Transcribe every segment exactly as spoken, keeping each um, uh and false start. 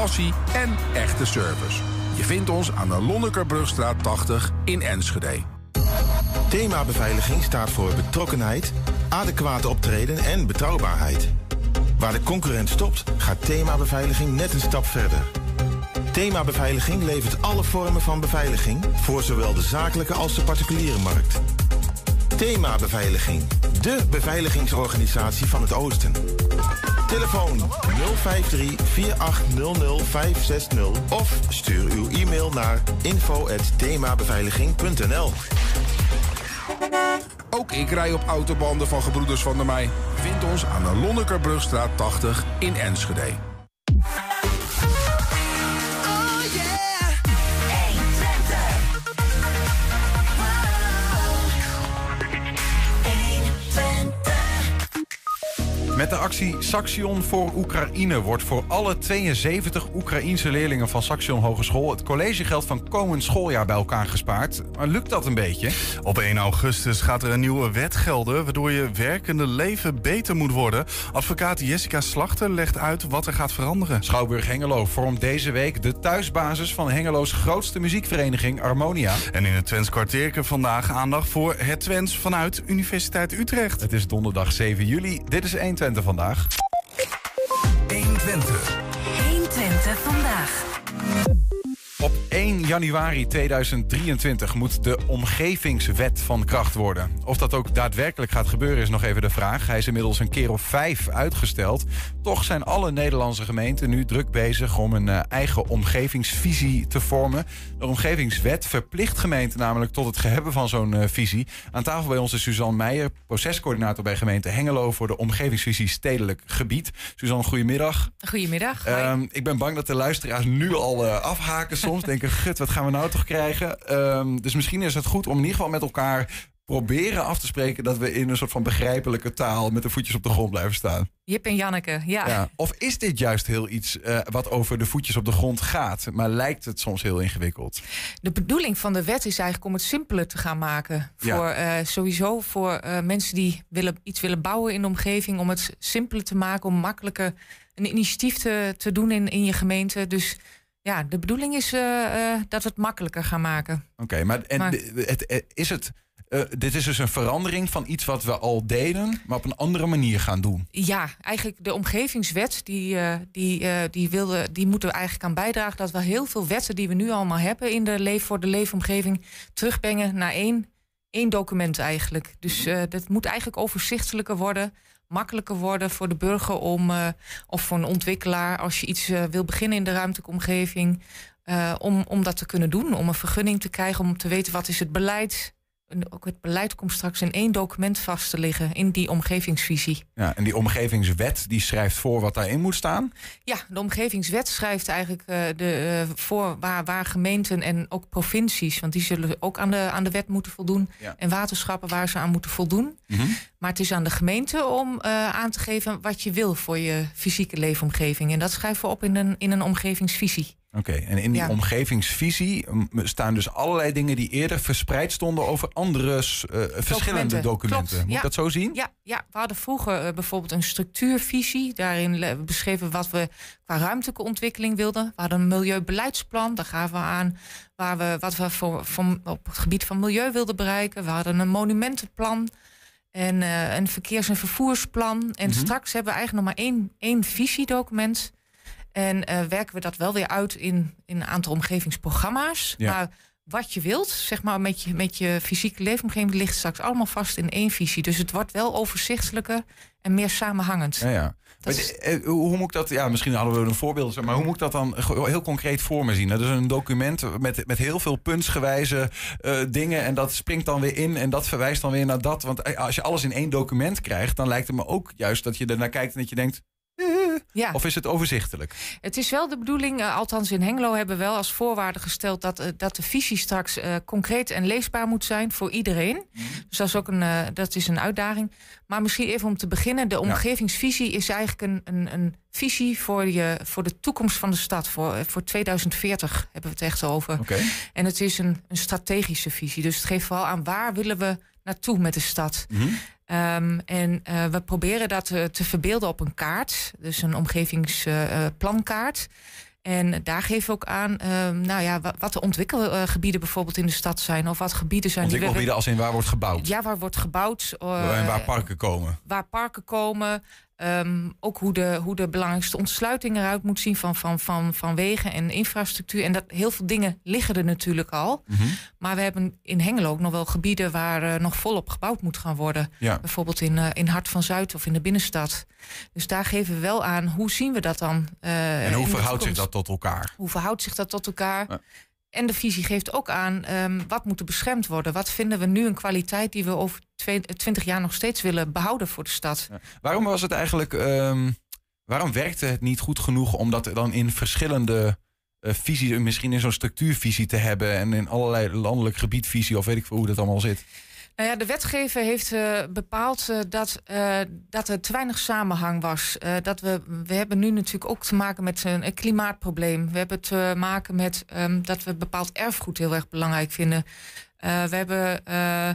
passie en echte service. Je vindt ons aan de Lonnekerbrugstraat tachtig in Enschede. Themabeveiliging staat voor betrokkenheid, adequate optreden en betrouwbaarheid. Waar de concurrent stopt, gaat Themabeveiliging net een stap verder. Themabeveiliging levert alle vormen van beveiliging voor zowel de zakelijke als de particuliere markt. Themabeveiliging, de beveiligingsorganisatie van het Oosten. Telefoon nul vijf drie, vier acht nul nul, vijf zes nul of stuur uw e-mail naar info at themabeveiliging punt n l. Ook ik rij op autobanden van Gebroeders van der Meij. Vind ons aan de Lonnekerbrugstraat tachtig in Enschede. Met de actie Saxion voor Oekraïne wordt voor alle tweeënzeventig Oekraïense leerlingen van Saxion Hogeschool het collegegeld van komend schooljaar bij elkaar gespaard. Maar lukt dat een beetje? Op één augustus gaat er een nieuwe wet gelden, waardoor je werkende leven beter moet worden. Advocaat Jessica Slachter legt uit wat er gaat veranderen. Schouwburg Hengelo vormt deze week de thuisbasis van Hengelo's grootste muziekvereniging Harmonia. En in het Twents kwartierke vandaag aandacht voor het Twents vanuit Universiteit Utrecht. Het is donderdag zeven juli. Dit is honderdtwintig vandaag. honderdtwintig. honderdtwintig vandaag. Op één januari tweeduizend drieëntwintig moet de omgevingswet van kracht worden. Of dat ook daadwerkelijk gaat gebeuren is nog even de vraag. Hij is inmiddels een keer of vijf uitgesteld. Toch zijn alle Nederlandse gemeenten nu druk bezig om een uh, eigen omgevingsvisie te vormen. De omgevingswet verplicht gemeenten namelijk tot het hebben van zo'n uh, visie. Aan tafel bij ons is Suzanne Meijer, procescoördinator bij gemeente Hengelo voor de omgevingsvisie stedelijk gebied. Suzanne, goedemiddag. Goedemiddag. Uh, ik ben bang dat de luisteraars nu al uh, afhaken soms. Denken, gut, wat gaan we nou toch krijgen? Uh, dus misschien is het goed om in ieder geval met elkaar proberen af te spreken dat we in een soort van begrijpelijke taal met de voetjes op de grond blijven staan. Jip en Janneke, ja. ja. Of is dit juist heel iets uh, wat over de voetjes op de grond gaat, maar lijkt het soms heel ingewikkeld? De bedoeling van de wet is eigenlijk om het simpeler te gaan maken. Ja. Voor, uh, sowieso voor uh, mensen die willen, iets willen bouwen in de omgeving, om het simpeler te maken, om makkelijker een initiatief te, te doen in, in je gemeente. Dus ja, de bedoeling is uh, uh, dat we het makkelijker gaan maken. Oké, okay, maar, en maar het, het, is het... Uh, dit is dus een verandering van iets wat we al deden, maar op een andere manier gaan doen. Ja, eigenlijk de omgevingswet, die, uh, die, uh, die, wilde, die moeten we eigenlijk aan bijdragen dat we heel veel wetten die we nu allemaal hebben in de leef, voor de leefomgeving terugbrengen naar één, één document eigenlijk. Dus uh, dat moet eigenlijk overzichtelijker worden, makkelijker worden voor de burger om, uh, of voor een ontwikkelaar als je iets uh, wil beginnen in de ruimtelijke omgeving, uh, om, om dat te kunnen doen, om een vergunning te krijgen, om te weten wat is het beleid. En ook het beleid komt straks in één document vast te liggen in die omgevingsvisie. Ja, en die omgevingswet die schrijft voor wat daarin moet staan? Ja, de omgevingswet schrijft eigenlijk uh, de, uh, voor waar, waar gemeenten en ook provincies, want die zullen ook aan de, aan de wet moeten voldoen. Ja. En waterschappen waar ze aan moeten voldoen. Mm-hmm. Maar het is aan de gemeente om uh, aan te geven wat je wil voor je fysieke leefomgeving. En dat schrijven we op in een, in een omgevingsvisie. Oké, okay, en in die ja. omgevingsvisie staan dus allerlei dingen die eerder verspreid stonden over andere uh, verschillende documenten. Klopt, Moet ja. ik dat zo zien? Ja, ja, we hadden vroeger uh, bijvoorbeeld een structuurvisie. Daarin beschreven wat we qua ruimtelijke ontwikkeling wilden. We hadden een milieubeleidsplan, daar gaven we aan waar we, wat we voor, voor, op het gebied van milieu wilden bereiken. We hadden een monumentenplan en uh, een verkeers- en vervoersplan. En mm-hmm. straks hebben we eigenlijk nog maar één, één visiedocument. En uh, werken we dat wel weer uit in, in een aantal omgevingsprogramma's. Ja. Maar wat je wilt, zeg maar, met je, met je fysieke leefomgeving ligt straks allemaal vast in één visie. Dus het wordt wel overzichtelijker en meer samenhangend. Ja, ja. Maar, is... Hoe moet ik dat, ja, misschien hadden we een voorbeeld, maar hoe moet ik dat dan heel concreet voor me zien? Dat is een document met, met heel veel puntsgewijze uh, dingen en dat springt dan weer in en dat verwijst dan weer naar dat. Want als je alles in één document krijgt, dan lijkt het me ook juist dat je ernaar kijkt en dat je denkt, ja. Of is het overzichtelijk? Het is wel de bedoeling, uh, althans in Hengelo hebben we wel als voorwaarde gesteld dat, uh, dat de visie straks uh, concreet en leesbaar moet zijn voor iedereen. Mm. Dus dat is ook een, uh, dat is een uitdaging. Maar misschien even om te beginnen, de omgevingsvisie is eigenlijk een, een, een visie voor, je, voor de toekomst van de stad. Voor, voor tweeduizend veertig hebben we het echt over. Okay. En het is een, een strategische visie. Dus het geeft vooral aan waar willen we naartoe met de stad. Mm-hmm. Um, en uh, we proberen dat uh, te verbeelden op een kaart. Dus een omgevingsplankaart. Uh, En daar geven we ook aan uh, nou ja, wat, wat de ontwikkelgebieden bijvoorbeeld in de stad zijn. Of wat gebieden zijn. Ontwikkelgebieden als in waar wordt gebouwd? Ja, waar wordt gebouwd. Uh, en waar parken komen. Waar parken komen. Um, ook hoe de, hoe de belangrijkste ontsluiting eruit moet zien van, van, van, van wegen en infrastructuur. En dat, heel veel dingen liggen er natuurlijk al. Mm-hmm. Maar we hebben in Hengelo ook nog wel gebieden waar uh, nog volop gebouwd moet gaan worden. Ja. Bijvoorbeeld in, uh, in Hart van Zuid of in de binnenstad. Dus daar geven we wel aan, hoe zien we dat dan? Uh, en hoe verhoudt zich dat tot elkaar? Hoe verhoudt zich dat tot elkaar? Ja. En de visie geeft ook aan, um, wat moet er beschermd worden? Wat vinden we nu een kwaliteit die we over twintig jaar nog steeds willen behouden voor de stad? Ja. Waarom was het eigenlijk, um, waarom werkte het niet goed genoeg om dat dan in verschillende uh, visies, misschien in zo'n structuurvisie te hebben en in allerlei landelijk gebiedvisie of weet ik veel hoe dat allemaal zit? Nou ja, de wetgever heeft uh, bepaald uh, dat, uh, dat er te weinig samenhang was. Uh, dat we, we hebben nu natuurlijk ook te maken met een, een klimaatprobleem. We hebben te maken met um, dat we bepaald erfgoed heel erg belangrijk vinden. Uh, we hebben... Uh,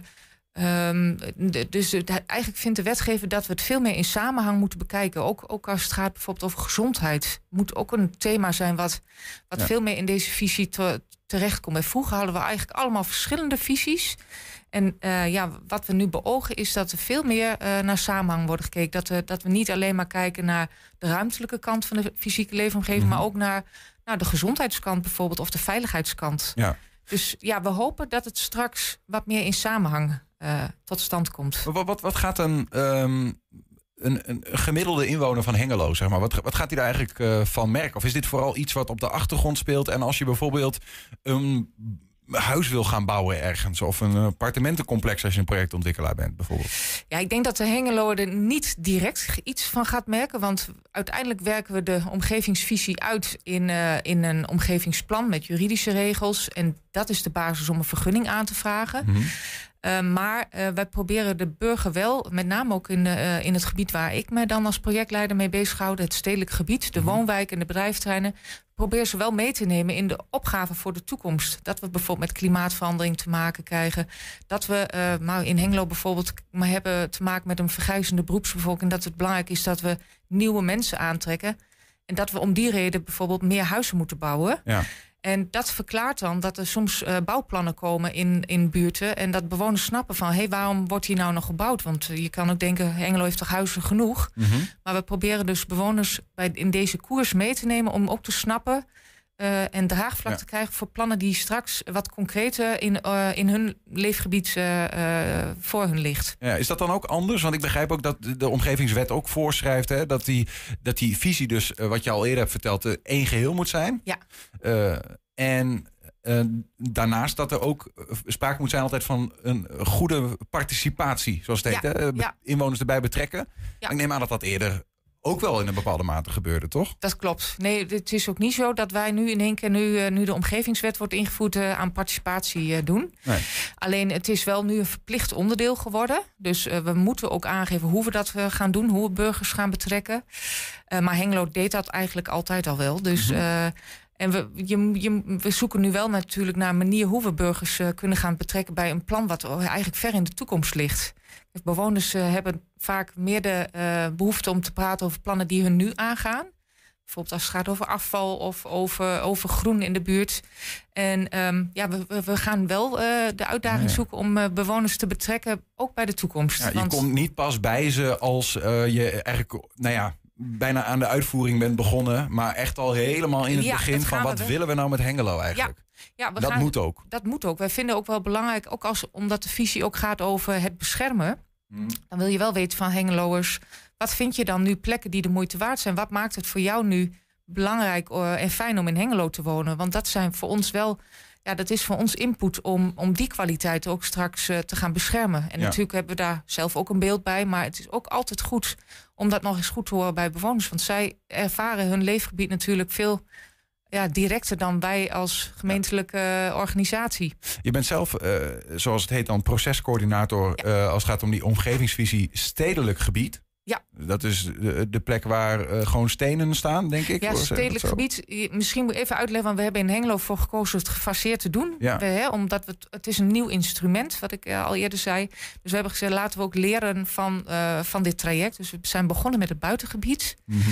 Um, de, dus de, eigenlijk vindt de wetgever dat we het veel meer in samenhang moeten bekijken. Ook, ook als het gaat bijvoorbeeld over gezondheid. Moet ook een thema zijn wat, wat ja. veel meer in deze visie te, terechtkomt. En vroeger hadden we eigenlijk allemaal verschillende visies. En uh, ja, wat we nu beogen is dat er veel meer uh, naar samenhang wordt gekeken. Dat, uh, dat we niet alleen maar kijken naar de ruimtelijke kant van de fysieke leefomgeving, mm-hmm. maar ook naar, naar de gezondheidskant bijvoorbeeld of de veiligheidskant. Ja. Dus ja, we hopen dat het straks wat meer in samenhang uh, tot stand komt. Wat, wat, wat gaat een, um, een, een gemiddelde inwoner van Hengelo, zeg maar, wat, wat gaat hij daar eigenlijk uh, van merken? Of is dit vooral iets wat op de achtergrond speelt? En als je bijvoorbeeld een huis wil gaan bouwen ergens, of een appartementencomplex als je een projectontwikkelaar bent bijvoorbeeld? Ja, ik denk dat de Hengeloer er niet direct iets van gaat merken, want uiteindelijk werken we de omgevingsvisie uit in, uh, in een omgevingsplan met juridische regels. En dat is de basis om een vergunning aan te vragen. Mm-hmm. Uh, maar uh, wij proberen de burger wel, met name ook in, uh, in het gebied waar ik me dan als projectleider mee bezighoud, het stedelijk gebied, de woonwijk en de bedrijfsterreinen, probeer ze wel mee te nemen in de opgave voor de toekomst. Dat we bijvoorbeeld met klimaatverandering te maken krijgen. Dat we uh, maar in Hengelo bijvoorbeeld maar hebben te maken met een vergrijzende beroepsbevolking. Dat het belangrijk is dat we nieuwe mensen aantrekken. En dat we om die reden bijvoorbeeld meer huizen moeten bouwen. Ja. En dat verklaart dan dat er soms uh, bouwplannen komen in, in buurten. En dat bewoners snappen van, hé, hey, waarom wordt hier nou nog gebouwd? Want uh, je kan ook denken, Hengelo heeft toch huizen genoeg? Mm-hmm. Maar we proberen dus bewoners bij, in deze koers mee te nemen om ook te snappen uh, en draagvlak ja. te krijgen voor plannen die straks wat concreter in, uh, in hun leefgebied uh, uh, voor hun ligt. Ja, is dat dan ook anders? Want ik begrijp ook dat de omgevingswet ook voorschrijft, hè, dat, die, dat die visie dus, uh, wat je al eerder hebt verteld, uh, één geheel moet zijn. Ja. Uh, en uh, daarnaast dat er ook sprake moet zijn altijd van een goede participatie, zoals het heet. Ja. Hè? Ja. Inwoners erbij betrekken. Ja. Ik neem aan dat dat eerder ook wel in een bepaalde mate gebeurde, toch? Dat klopt. Nee, het is ook niet zo dat wij nu in één keer, nu, nu de omgevingswet wordt ingevoerd, uh, aan participatie uh, doen. Nee. Alleen het is wel nu een verplicht onderdeel geworden. Dus uh, we moeten ook aangeven hoe we dat uh, gaan doen, hoe we burgers gaan betrekken. Uh, maar Hengelo deed dat eigenlijk altijd al wel. Dus mm-hmm. uh, En we, je, je, we zoeken nu wel natuurlijk naar een manier hoe we burgers uh, kunnen gaan betrekken bij een plan wat eigenlijk ver in de toekomst ligt. Bewoners uh, hebben vaak meer de uh, behoefte om te praten over plannen die hun nu aangaan. Bijvoorbeeld als het gaat over afval of over, over groen in de buurt. En um, ja, we, we gaan wel uh, de uitdaging nee. zoeken om uh, bewoners te betrekken, ook bij de toekomst. Ja, je Want komt niet pas bij ze als uh, je eigenlijk, nou ja, bijna aan de uitvoering bent begonnen, maar echt al helemaal in het ja, begin van wat we willen we nou met Hengelo eigenlijk? Ja. Ja, we dat gaan, moet ook. Dat moet ook. Wij vinden ook wel belangrijk, ook als, omdat de visie ook gaat over het beschermen. Hmm. Dan wil je wel weten van Hengeloers, wat vind je dan nu plekken die de moeite waard zijn? Wat maakt het voor jou nu belangrijk uh, en fijn om in Hengelo te wonen? Want dat zijn voor ons wel, ja, dat is voor ons input om, om die kwaliteit ook straks uh, te gaan beschermen. En ja. natuurlijk hebben we daar zelf ook een beeld bij, maar het is ook altijd goed om dat nog eens goed te horen bij bewoners. Want zij ervaren hun leefgebied natuurlijk veel ja, directer dan wij als gemeentelijke ja. organisatie. Je bent zelf, uh, zoals het heet dan, procescoördinator ja. uh, als het gaat om die omgevingsvisie stedelijk gebied. Ja. Dat is de, de plek waar uh, gewoon stenen staan, denk ik. Ja, stedelijk gebied. Misschien moet ik even uitleggen, want we hebben in Hengelo voor gekozen het gefaseerd te doen. Ja. We, hè, omdat we, het is een nieuw instrument, wat ik uh, al eerder zei. Dus we hebben gezegd, laten we ook leren van, uh, van dit traject. Dus we zijn begonnen met het buitengebied. Mm-hmm.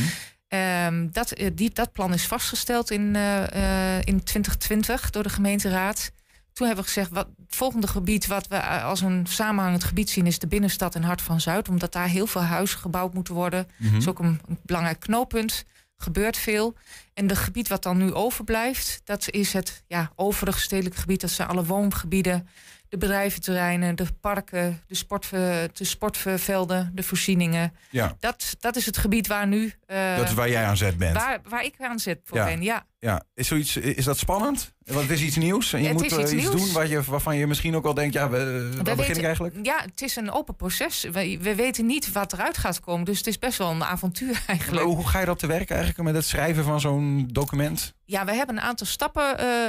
Um, dat, uh, die, dat plan is vastgesteld in, uh, uh, in twintig twintig door de gemeenteraad. Toen hebben we gezegd, wat, het volgende gebied wat we als een samenhangend gebied zien is de binnenstad en Hart van Zuid. Omdat daar heel veel huizen gebouwd moeten worden. Mm-hmm. Dat is ook een, een belangrijk knooppunt. Gebeurt veel. En het gebied wat dan nu overblijft, dat is het ja, overige stedelijk gebied. Dat zijn alle woongebieden, de bedrijventerreinen, de parken, de, sport, de sportvelden, de voorzieningen. Ja. Dat, dat is het gebied waar nu... Uh, dat is waar jij aan zet bent. Waar, waar ik aan zet voor ja. ben, ja. Ja. Is, zoiets, is dat spannend? Want het is iets nieuws en je het moet iets, uh, iets doen waar je, waarvan je misschien ook al denkt, ja, we, waar begin ik eigenlijk? Ja, het is een open proces. We, we weten niet wat eruit gaat komen, dus het is best wel een avontuur eigenlijk. Maar hoe ga je dat te werken eigenlijk met het schrijven van zo'n document? Ja, we hebben een aantal stappen uh,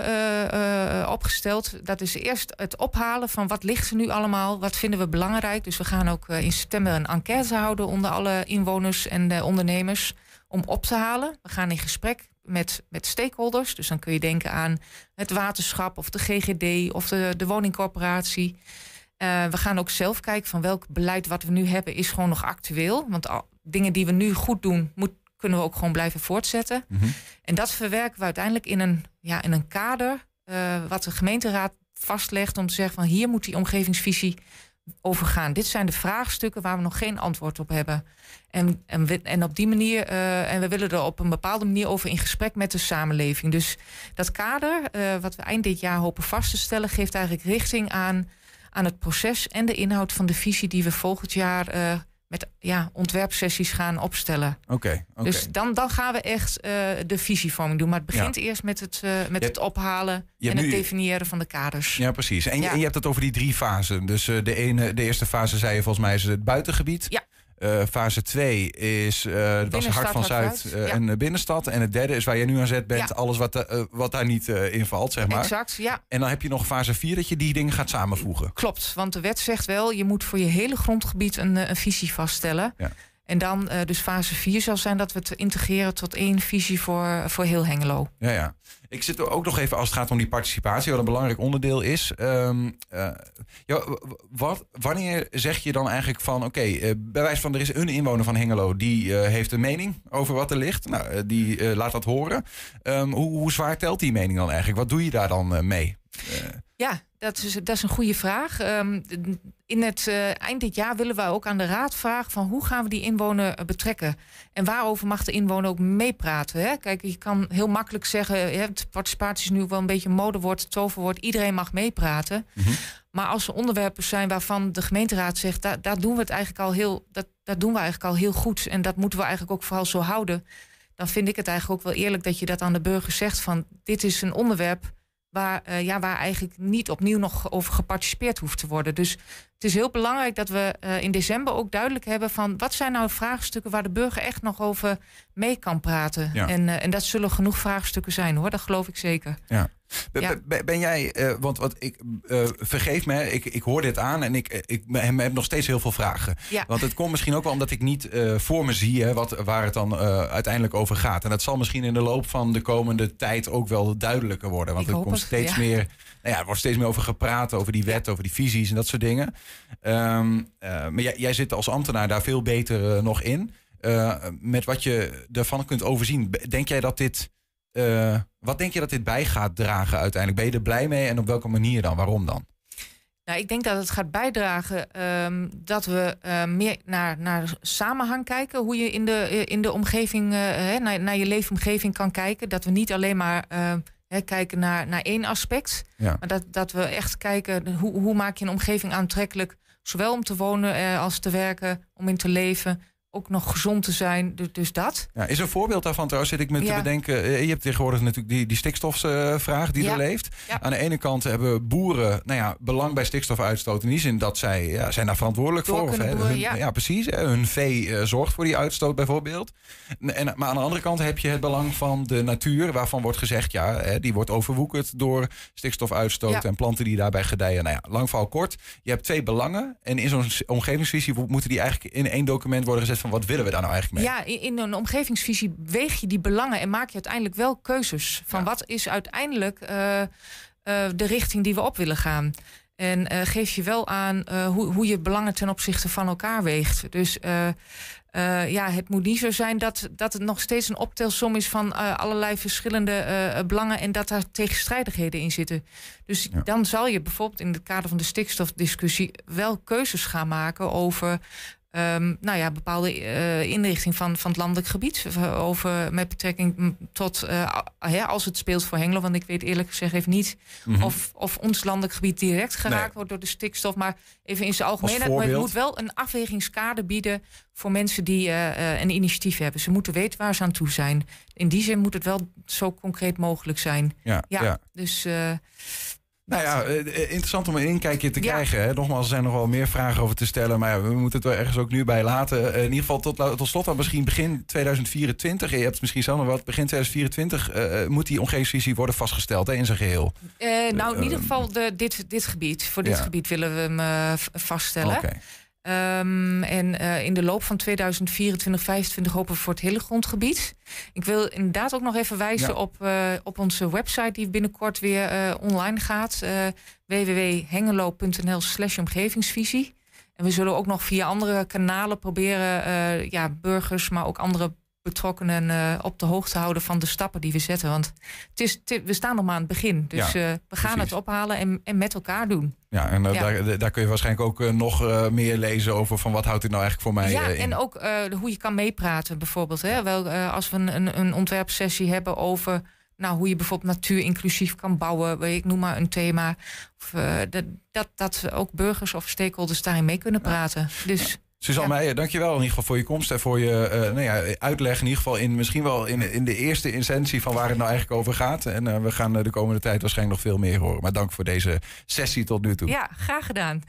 uh, uh, opgesteld. Dat is eerst het ophalen van wat ligt er nu allemaal, wat vinden we belangrijk. Dus we gaan ook uh, in september een enquête houden onder alle inwoners en de ondernemers om op te halen. We gaan in gesprek met, met stakeholders. Dus dan kun je denken aan het waterschap of de G G D of de, de woningcorporatie. Uh, we gaan ook zelf kijken van welk beleid wat we nu hebben is gewoon nog actueel. Want al, dingen die we nu goed doen, moet, kunnen we ook gewoon blijven voortzetten. Mm-hmm. En dat verwerken we uiteindelijk in een, ja, in een kader uh, wat de gemeenteraad vastlegt om te zeggen van hier moet die omgevingsvisie over gaan. Dit zijn de vraagstukken waar we nog geen antwoord op hebben. En, en, we, en op die manier, uh, en we willen er op een bepaalde manier over in gesprek met de samenleving. Dus dat kader, uh, wat we eind dit jaar hopen vast te stellen, geeft eigenlijk richting aan, aan het proces en de inhoud van de visie die we volgend jaar uh, met ja, ontwerpsessies gaan opstellen. Oké. Okay, okay. Dus dan, dan gaan we echt uh, de visievorming doen. Maar het begint ja. eerst met het, uh, met het ophalen en het nu definiëren van de kaders. Ja, precies. En, ja. je, en je hebt het over die drie fasen. Dus uh, de, ene, de eerste fase, zei je volgens mij, is het buitengebied. Ja. Uh, fase twee is uh, was Hart van Zuid uh, ja. en de binnenstad. En het derde is waar je nu aan zet bent. Ja. Alles wat, uh, wat daar niet uh, in valt, zeg maar. Exact, ja. En dan heb je nog fase vier dat je die dingen gaat samenvoegen. Klopt, want de wet zegt wel, je moet voor je hele grondgebied een, een visie vaststellen. Ja. En dan uh, dus fase vier zal zijn dat we het integreren tot één visie voor, voor heel Hengelo. Ja, ja. Ik zit er ook nog even als het gaat om die participatie, wat een belangrijk onderdeel is. Um, uh, ja, wat, wanneer zeg je dan eigenlijk van, oké, okay, uh, bij wijze van er is een inwoner van Hengelo die uh, heeft een mening over wat er ligt. Nou, uh, die uh, laat dat horen. Um, hoe, hoe zwaar telt die mening dan eigenlijk? Wat doe je daar dan uh, mee? Uh, ja, dat is, dat is een goede vraag. Um, in het uh, eind dit jaar willen we ook aan de raad vragen van hoe gaan we die inwoner betrekken? En waarover mag de inwoner ook meepraten? Hè? Kijk, je kan heel makkelijk zeggen, ja, participatie is nu wel een beetje een modewoord, toverwoord. Iedereen mag meepraten. Mm-hmm. Maar als er onderwerpen zijn waarvan de gemeenteraad zegt, daar, daar doen we het eigenlijk al heel, dat, dat doen we eigenlijk al heel goed. En dat moeten we eigenlijk ook vooral zo houden. Dan vind ik het eigenlijk ook wel eerlijk dat je dat aan de burger zegt van dit is een onderwerp Waar, uh, ja, waar eigenlijk niet opnieuw nog over geparticipeerd hoeft te worden. Dus het is heel belangrijk dat we uh, in december ook duidelijk hebben van wat zijn nou vraagstukken waar de burger echt nog over mee kan praten. Ja. En, uh, en dat zullen genoeg vraagstukken zijn hoor, dat geloof ik zeker. Ja. Ben, ja. ben, ben jij, uh, want wat ik uh, vergeef me, ik, ik hoor dit aan en ik, ik, ik heb nog steeds heel veel vragen. Ja. Want het komt misschien ook wel omdat ik niet uh, voor me zie hè, wat, waar het dan uh, uiteindelijk over gaat. En dat zal misschien in de loop van de komende tijd ook wel duidelijker worden. Want ik er komt het, steeds ja. meer, nou ja, er wordt steeds meer over gepraat, over die wet, ja. over die visies en dat soort dingen. Um, uh, maar jij, jij zit als ambtenaar daar veel beter uh, nog in. Uh, met wat je ervan kunt overzien, denk jij dat dit... Uh, wat denk je dat dit bij gaat dragen uiteindelijk? Ben je er blij mee en op welke manier dan? Waarom dan? Nou, ik denk dat het gaat bijdragen um, dat we uh, meer naar, naar samenhang kijken. Hoe je in de, in de omgeving, uh, hè, naar, naar je leefomgeving kan kijken. Dat we niet alleen maar uh, hè, kijken naar, naar één aspect. Ja. Maar dat, dat we echt kijken, hoe, hoe maak je een omgeving aantrekkelijk? Zowel om te wonen uh, als te werken, om in te leven. Ook nog gezond te zijn, dus, dus dat. Ja, is een voorbeeld daarvan trouwens, zit ik me ja. te bedenken. Je hebt tegenwoordig natuurlijk die, die stikstofvraag die ja. er leeft. Ja. Aan de ene kant hebben boeren nou ja, belang bij stikstofuitstoot. In die zin dat zij ja, zijn daar verantwoordelijk Door voor. Of, hè, boeren, hun, ja. ja, precies. Hè, hun vee uh, zorgt voor die uitstoot bijvoorbeeld. En, maar aan de andere kant heb je het belang van de natuur. Waarvan wordt gezegd, ja, hè, die wordt overwoekerd door stikstofuitstoot. Ja. En planten die daarbij gedijen. Nou ja, lang verhaal kort. Je hebt twee belangen. En in zo'n omgevingsvisie moeten die eigenlijk in één document worden gezet van wat willen we daar nou eigenlijk mee? Ja, in, in een omgevingsvisie weeg je die belangen en maak je uiteindelijk wel keuzes. Van ja. wat is uiteindelijk uh, uh, de richting die we op willen gaan. En uh, geef je wel aan uh, hoe, hoe je belangen ten opzichte van elkaar weegt. Dus uh, Uh, ja, het moet niet zo zijn dat, dat het nog steeds een optelsom is van uh, allerlei verschillende uh, belangen en dat daar tegenstrijdigheden in zitten. Dus ja. dan zal je bijvoorbeeld in het kader van de stikstofdiscussie wel keuzes gaan maken over Um, nou ja, bepaalde uh, inrichting van, van het landelijk gebied. Over, met betrekking tot uh, ja, als het speelt voor Hengelo. Want ik weet eerlijk gezegd even niet mm-hmm. of, of ons landelijk gebied direct geraakt nee. wordt door de stikstof. Maar even in zijn algemeenheid. Maar het moet wel een afwegingskader bieden voor mensen die uh, uh, een initiatief hebben. Ze moeten weten waar ze aan toe zijn. In die zin moet het wel zo concreet mogelijk zijn. Ja, ja, ja. Dus Uh, Nou ja, interessant om een inkijkje te ja. krijgen. Hè? Nogmaals, er zijn nog wel meer vragen over te stellen. Maar ja, we moeten het wel ergens ook nu bij laten. In ieder geval tot, tot slot dan misschien begin tweeduizend vierentwintig. Je hebt misschien zelf nog wat. Begin tweeduizend vierentwintig uh, moet die omgevingsvisie worden vastgesteld hè, in zijn geheel. Uh, nou, in uh, ieder geval de, dit, dit gebied. Voor dit ja. gebied willen we hem uh, vaststellen. Okay. Um, en uh, in de loop van tweeduizend vierentwintig, vijfentwintig hopen we voor het hele grondgebied. Ik wil inderdaad ook nog even wijzen ja. op, uh, op onze website die binnenkort weer uh, online gaat. Uh, w w w punt hengelo punt n l slash omgevingsvisie. En we zullen ook nog via andere kanalen proberen uh, ja, burgers, maar ook andere betrokkenen uh, op de hoogte houden van de stappen die we zetten. Want het is, het, we staan nog maar aan het begin. Dus ja, uh, we gaan precies. het ophalen en, en met elkaar doen. Ja, en uh, ja. Daar, daar kun je waarschijnlijk ook uh, nog uh, meer lezen over van wat houdt dit nou eigenlijk voor mij ja, uh, in. En ook uh, hoe je kan meepraten bijvoorbeeld. Hè? Wel, uh, als we een, een ontwerpsessie hebben over nou, hoe je bijvoorbeeld natuurinclusief kan bouwen. Ik noem maar een thema. Of, uh, dat, dat, dat ook burgers of stakeholders daarin mee kunnen praten. Ja. Dus... Ja. Suzanne ja. Meijer, dankjewel in ieder geval voor je komst en voor je uh, nou ja, uitleg. In ieder geval in, misschien wel in, in de eerste essentie van waar het nou eigenlijk over gaat. En uh, we gaan uh, de komende tijd waarschijnlijk nog veel meer horen. Maar dank voor deze sessie tot nu toe. Ja, graag gedaan.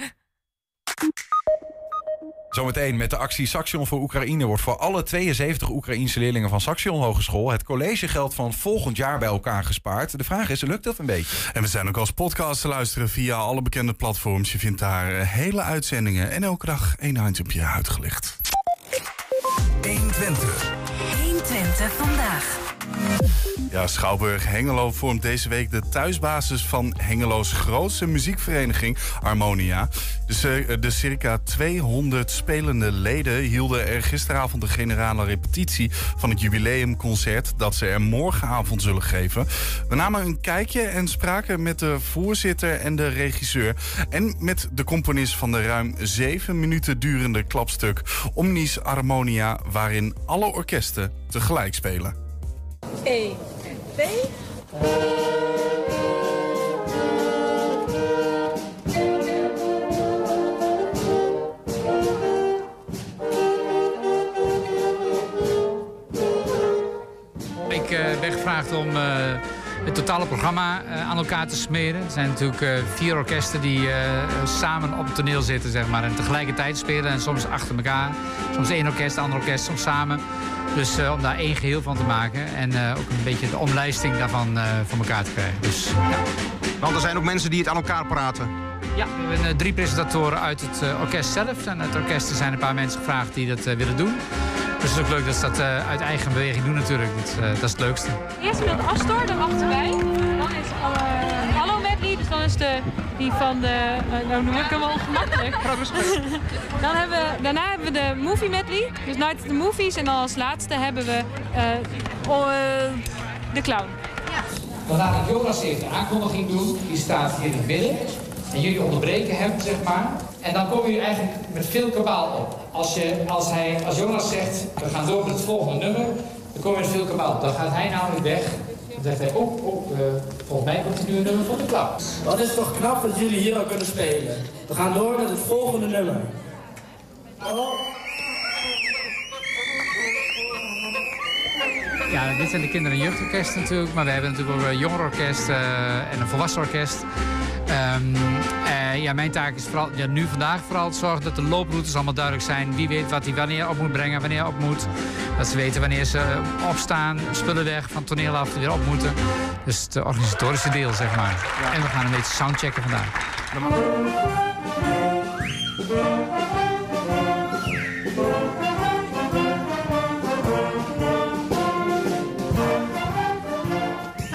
Zometeen met de actie Saxion voor Oekraïne wordt voor alle tweeënzeventig Oekraïense leerlingen van Saxion Hogeschool het collegegeld van volgend jaar bij elkaar gespaard. De vraag is, lukt dat een beetje? En we zijn ook als podcast te luisteren via alle bekende platforms. Je vindt daar hele uitzendingen en elke dag één handje op je huid gelicht. honderdtwintig. honderdtwintig vandaag. Ja, Schouwburg Hengelo vormt deze week de thuisbasis van Hengelo's grootste muziekvereniging Harmonia. De, de circa tweehonderd spelende leden hielden er gisteravond de generale repetitie van het jubileumconcert dat ze er morgenavond zullen geven. We namen een kijkje en spraken met de voorzitter en de regisseur en met de componist van de ruim zeven minuten durende klapstuk Omnis Harmonia, waarin alle orkesten tegelijk spelen. één, twee. Ik uh, ben gevraagd om uh, het totale programma uh, aan elkaar te smeren. Er zijn natuurlijk uh, vier orkesten die uh, samen op het toneel zitten, zeg maar, en tegelijkertijd spelen. En soms achter elkaar. Soms één orkest, ander orkest, soms samen. Dus uh, om daar één geheel van te maken en uh, ook een beetje de omlijsting daarvan uh, voor elkaar te krijgen. Dus, ja. Want er zijn ook mensen die het aan elkaar praten. Ja, we hebben uh, drie presentatoren uit het uh, orkest zelf. En uit het orkest zijn een paar mensen gevraagd die dat uh, willen doen. Dus het is ook leuk dat ze dat uh, uit eigen beweging doen natuurlijk. Dat, uh, dat is het leukste. Eerst speelt Astor, dan achter wij. Dan is alle Hallo medley, dus dan is de die van de... Uh, nou, nu heb ik hem wel ongemakkelijk. Dan hebben we, daarna hebben we de movie medley. Dus Night of the Movies. En dan als laatste hebben we uh, oh, uh, de clown. Ja. Dan laat ik Jonas even de aankondiging doen. Die staat hier in het midden. En jullie onderbreken hem, zeg maar. En dan komen jullie eigenlijk met veel kabaal op. Als, je, als, hij, als Jonas zegt, we gaan door met het volgende nummer, dan kom je met veel kabaal op. Dan gaat hij namelijk weg. Dan zegt hij, oh, oh uh, volgens mij komt er nu een nummer van de clown. Dat is toch knap dat jullie hier al kunnen spelen. We gaan door met het volgende nummer. Oh. Ja, dit zijn de kinder- en jeugdorkesten natuurlijk. Maar we hebben natuurlijk ook een jongerenorkest uh, en een volwassen orkest. Um, uh, ja, mijn taak is vooral, ja, nu vandaag vooral te zorgen dat de looproutes allemaal duidelijk zijn. Wie weet wat hij wanneer op moet brengen, wanneer op moet. Dat ze weten wanneer ze opstaan, spullen weg, van het toneel af, weer op moeten. Dus het organisatorische deel, zeg maar. Ja. En we gaan een beetje soundchecken vandaag.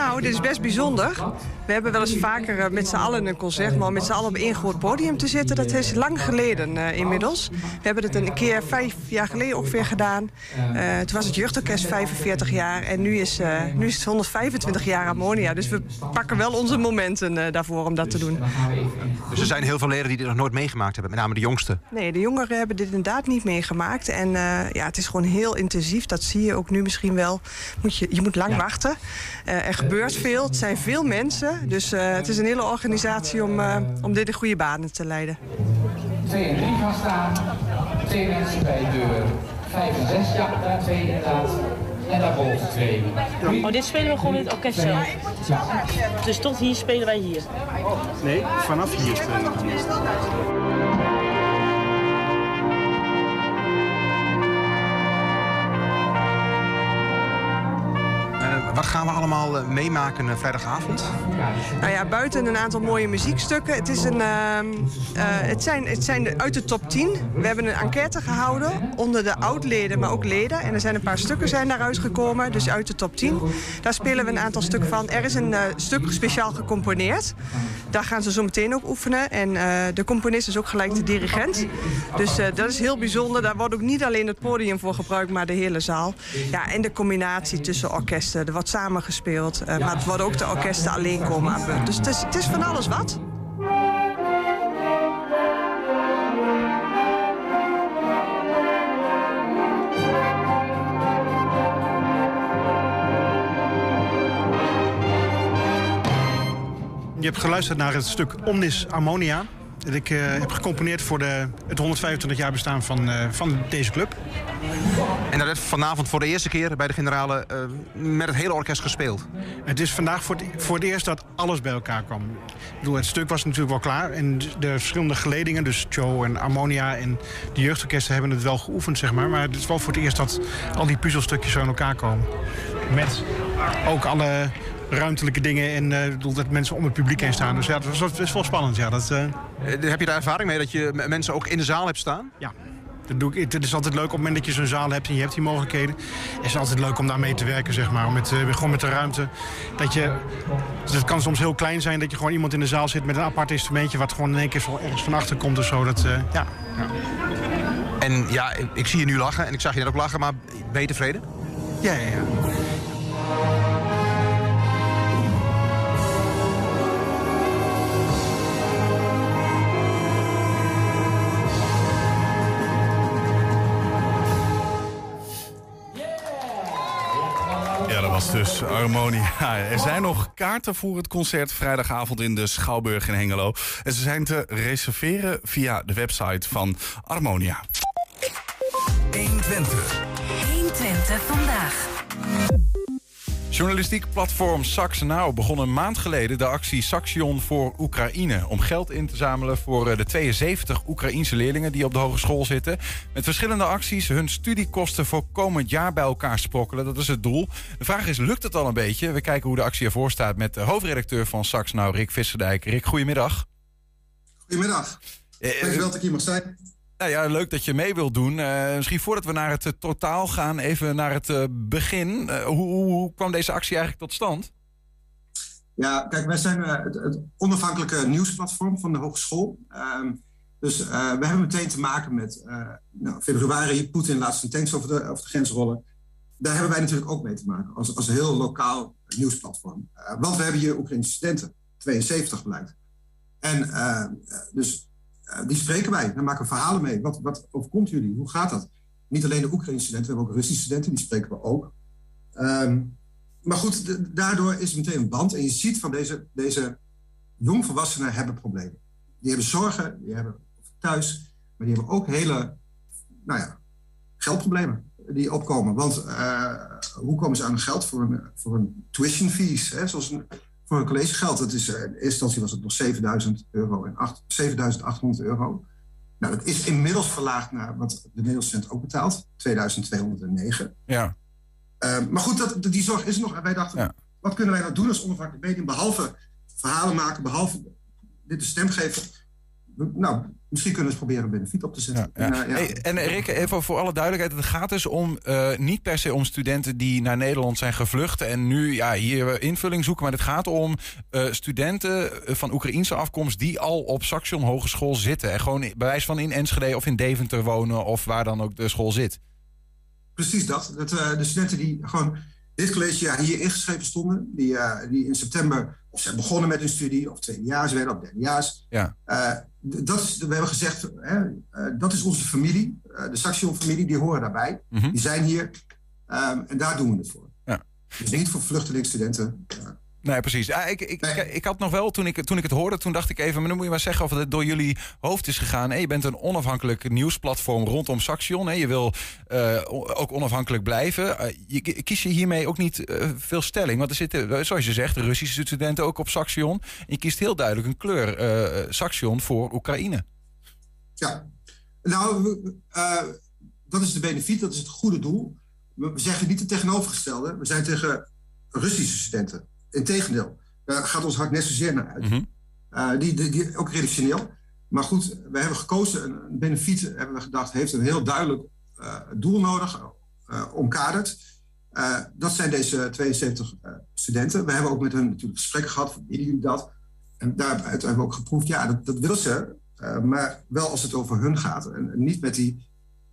Nou, dit is best bijzonder. We hebben wel eens vaker uh, met z'n allen een concert, maar met z'n allen op één groot podium te zitten, dat is lang geleden uh, inmiddels. We hebben het een keer vijf jaar geleden ongeveer gedaan. Uh, toen was het Jeugdorkest vijfenveertig jaar en nu is, uh, nu is het honderdvijfentwintig jaar Harmonia. Dus we pakken wel onze momenten uh, daarvoor om dat te doen. Dus er zijn heel veel leden die dit nog nooit meegemaakt hebben, met name de jongsten. Nee, de jongeren hebben dit inderdaad niet meegemaakt. En uh, ja, het is gewoon heel intensief. Dat zie je ook nu misschien wel. Moet je, je moet lang wachten. Uh, er gebeurt veel. Het zijn veel mensen. Dus uh, het is een hele organisatie om, uh, om dit in goede banen te leiden. Twee en drie gaan staan. Twee mensen bij deur vijf en zes. Ja, daar twee inderdaad. En daarboven twee. Oh, dit spelen we gewoon in het orkest zelf? Ja. Dus tot hier spelen wij hier? Nee, vanaf hier spelen we. Wat gaan we allemaal uh, meemaken uh, vrijdagavond? Nou ja, buiten een aantal mooie muziekstukken. Het, is een, uh, uh, het, zijn, het zijn de, uit de top tien. We hebben een enquête gehouden onder de oud-leden, maar ook leden. En er zijn een paar stukken zijn daaruit gekomen, dus uit de top tien. Daar spelen we een aantal stukken van. Er is een uh, stuk speciaal gecomponeerd. Daar gaan ze zo meteen ook oefenen. En uh, de componist is ook gelijk de dirigent. Dus uh, dat is heel bijzonder. Daar wordt ook niet alleen het podium voor gebruikt, maar de hele zaal. Ja, en de combinatie tussen orkesten. Er wordt samengespeeld, uh, maar het worden ook de orkesten alleen komen aan beurt. Dus het is, het is van alles wat. Je hebt geluisterd naar het stuk Omnis Harmonia. Dat ik uh, heb gecomponeerd voor de, het honderdvijfentwintig jaar bestaan van, uh, van deze club. En dat werd vanavond voor de eerste keer bij de Generale uh, met het hele orkest gespeeld. Het is vandaag voor het, voor het eerst dat alles bij elkaar kwam. Ik bedoel, het stuk was natuurlijk wel klaar. En de verschillende geledingen, dus Joe en Harmonia en de jeugdorkesten hebben het wel geoefend, zeg maar. Maar het is wel voor het eerst dat al die puzzelstukjes zo in elkaar komen. Met ook alle ruimtelijke dingen en uh, dat mensen om het publiek heen staan. Dus ja, dat is, is wel spannend. Ja, dat, uh... Heb je daar ervaring mee dat je mensen ook in de zaal hebt staan? Ja. Dat doe ik. Het is altijd leuk op het moment dat je zo'n zaal hebt en je hebt die mogelijkheden. Het is altijd leuk om daar mee te werken, zeg maar. Met, uh, gewoon met de ruimte. Dat je, het kan soms heel klein zijn dat je gewoon iemand in de zaal zit met een apart instrumentje wat gewoon in één keer zo ergens van achter komt of zo. Dat, uh, ja. ja. En ja, ik, ik zie je nu lachen en ik zag je net ook lachen, maar ben je tevreden? Ja, ja, ja. Ja, dat was dus Harmonia. Er zijn nog kaarten voor het concert vrijdagavond in de Schouwburg in Hengelo. En ze zijn te reserveren via de website van Harmonia. honderdtwintig. honderdtwintig vandaag. Journalistiek platform Sax Now begon een maand geleden de actie Saxion voor Oekraïne. Om geld in te zamelen voor de tweeënzeventig Oekraïense leerlingen die op de hogeschool zitten. Met verschillende acties hun studiekosten voor komend jaar bij elkaar sprokkelen. Dat is het doel. De vraag is, lukt het al een beetje? We kijken hoe de actie ervoor staat met de hoofdredacteur van Sax Now, Rick Visserdijk. Rick, goedemiddag. Goedemiddag. Dankjewel dat ik hier mag zijn. Nou ja, leuk dat je mee wilt doen. Uh, misschien voordat we naar het uh, totaal gaan, even naar het uh, begin. Uh, hoe, hoe, hoe kwam deze actie eigenlijk tot stand? Ja, kijk, wij zijn uh, het, het onafhankelijke nieuwsplatform van de hogeschool. Uh, dus uh, we hebben meteen te maken met uh, nou, februari, Poetin laat zijn tanks over de, over de grens rollen. Daar hebben wij natuurlijk ook mee te maken, als, als een heel lokaal nieuwsplatform. Uh, want we hebben hier Oekraïnse studenten, tweeënzeventig blijkt. En uh, dus... Uh, die spreken wij, daar maken we verhalen mee. Wat, wat overkomt jullie? Hoe gaat dat? Niet alleen de Oekraïnse studenten, we hebben ook Russische studenten, die spreken we ook. Um, maar goed, de, daardoor is er meteen een band. En je ziet van deze, deze jongvolwassenen hebben problemen. Die hebben zorgen, die hebben thuis, maar die hebben ook hele nou ja, geldproblemen die opkomen. Want uh, hoe komen ze aan geld voor een, voor een tuition fees? Hè? Zoals een, voor een collegegeld. Dat is, uh, in eerste instantie was het nog zevenduizend euro en zevenduizend achthonderd euro. Nou, dat is inmiddels verlaagd naar wat de Nederlandse student ook betaalt. tweeduizend tweehonderdnegen. Ja. Uh, maar goed, dat, die zorg is er nog. En wij dachten, ja. Wat kunnen wij nou doen als onafhankelijk medium? Behalve verhalen maken, behalve dit de stem geven. Nou, misschien kunnen we eens proberen een benefiet op te zetten. Ja, ja. En, uh, ja. Hey, en Rick, even voor alle duidelijkheid. Het gaat dus om uh, niet per se om studenten die naar Nederland zijn gevlucht en nu ja, hier invulling zoeken. Maar het gaat om uh, studenten van Oekraïense afkomst die al op Saxion Hogeschool zitten. En gewoon bij wijze van in Enschede of in Deventer wonen of waar dan ook de school zit. Precies dat. dat uh, de studenten die gewoon dit collegejaar hier ingeschreven stonden, die, uh, die in september of zijn begonnen met hun studie, of tweedejaars werden, of derdejaars. Ja. Uh, dat is, we hebben gezegd, hè, uh, dat is onze familie, uh, de Saxion-familie, die horen daarbij. Mm-hmm. Die zijn hier um, en daar doen we het voor. Ja. Dus niet voor vluchtelingenstudenten. Uh, Nee, precies. Ja, ik, ik, nee. ik, ik had nog wel, toen ik, toen ik het hoorde, toen dacht ik even, maar dan moet je maar zeggen of het door jullie hoofd is gegaan. Hey, je bent een onafhankelijk nieuwsplatform rondom Saxion. Hey, je wil uh, ook onafhankelijk blijven. Uh, je, kies je hiermee ook niet uh, veel stelling? Want er zitten, zoals je zegt, Russische studenten ook op Saxion. En je kiest heel duidelijk een kleur, uh, Saxion voor Oekraïne. Ja, nou, uh, dat is de benefiet, dat is het goede doel. We zeggen niet het tegenovergestelde. We zijn tegen Russische studenten. Integendeel, daar gaat ons hart net zozeer naar uit. Mm-hmm. Uh, die, die, die, ook redactioneel. Maar goed, we hebben gekozen, een benefiet, hebben we gedacht, heeft een heel duidelijk uh, doel nodig, uh, omkaderd. Uh, dat zijn deze tweeënzeventig uh, studenten. We hebben ook met hen natuurlijk gesprekken gehad, willen jullie dat? En daaruit hebben we ook geproefd, ja, dat, dat willen ze. Uh, maar wel als het over hun gaat. En, en niet met die...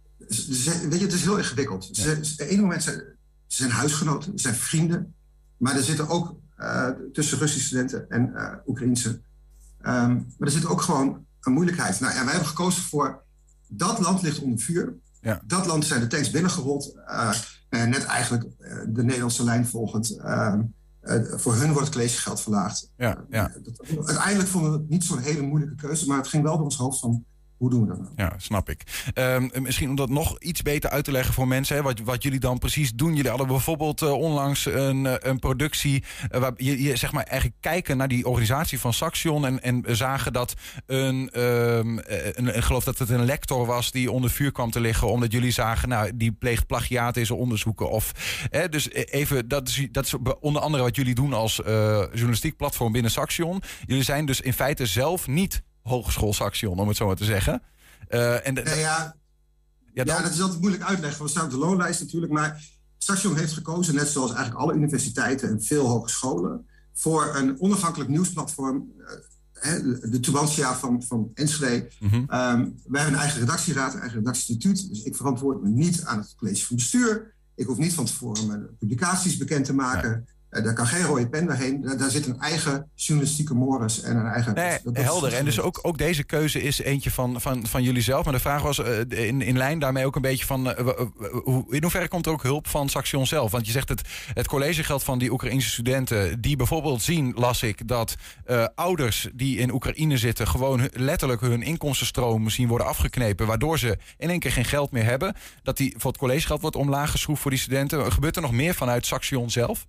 Ze, weet je, het is heel ingewikkeld. Ja. Ze, ze, op ene moment zijn ze zijn huisgenoten, ze zijn vrienden. Maar er zitten ook uh, tussen Russische studenten en uh, Oekraïense. Um, maar er zit ook gewoon een moeilijkheid. Nou, ja, wij hebben gekozen voor dat land ligt onder vuur. Ja. Dat land zijn de tanks binnengerold. Uh, en net eigenlijk uh, de Nederlandse lijn volgend. Uh, uh, voor hun wordt het collegegeld verlaagd. Ja, ja. Uh, dat, uiteindelijk vonden we het niet zo'n hele moeilijke keuze. Maar het ging wel door ons hoofd van... Hoe doen we dat nou? Ja, snap ik. Um, misschien om dat nog iets beter uit te leggen voor mensen. Hè, wat, wat jullie dan precies doen. Jullie hadden bijvoorbeeld uh, onlangs een, een productie... Uh, waar je, je zeg maar eigenlijk kijken naar die organisatie van Saxion... en, en zagen dat een, um, een... Ik geloof dat het een lector was die onder vuur kwam te liggen... omdat jullie zagen, nou, die pleegt plagiatische onderzoeken. Of, hè, dus even, dat is, dat is onder andere wat jullie doen als uh, journalistiek platform binnen Saxion. Jullie zijn dus in feite zelf niet... Hogeschool Saxion, om het zo maar te zeggen. Uh, en de, nee, ja, ja, dan... ja, dat is altijd moeilijk uitleggen. We staan op de loonlijst natuurlijk. Maar Saxion heeft gekozen, net zoals eigenlijk alle universiteiten en veel hogescholen... voor een onafhankelijk nieuwsplatform. Uh, de Tubantia van, van Enschede. Mm-hmm. Um, wij hebben een eigen redactieraad, een eigen redactieinstituut. Dus ik verantwoord me niet aan het college van bestuur. Ik hoef niet van tevoren mijn publicaties bekend te maken... Ja. Uh, daar kan geen rode pen doorheen. Daar, daar zit een eigen journalistieke mors en een eigen... Nee, dat, dat helder. En dus ook, ook deze keuze is eentje van, van, van jullie zelf. Maar de vraag was uh, in, in lijn daarmee ook een beetje van... Uh, uh, in hoeverre komt er ook hulp van Saxion zelf? Want je zegt het, het collegegeld van die Oekraïnse studenten... die bijvoorbeeld zien, las ik, dat uh, ouders die in Oekraïne zitten... gewoon letterlijk hun inkomstenstroom zien worden afgeknepen... waardoor ze in één keer geen geld meer hebben. Dat die voor het collegegeld wordt omlaag geschroefd voor die studenten. Gebeurt er nog meer vanuit Saxion zelf?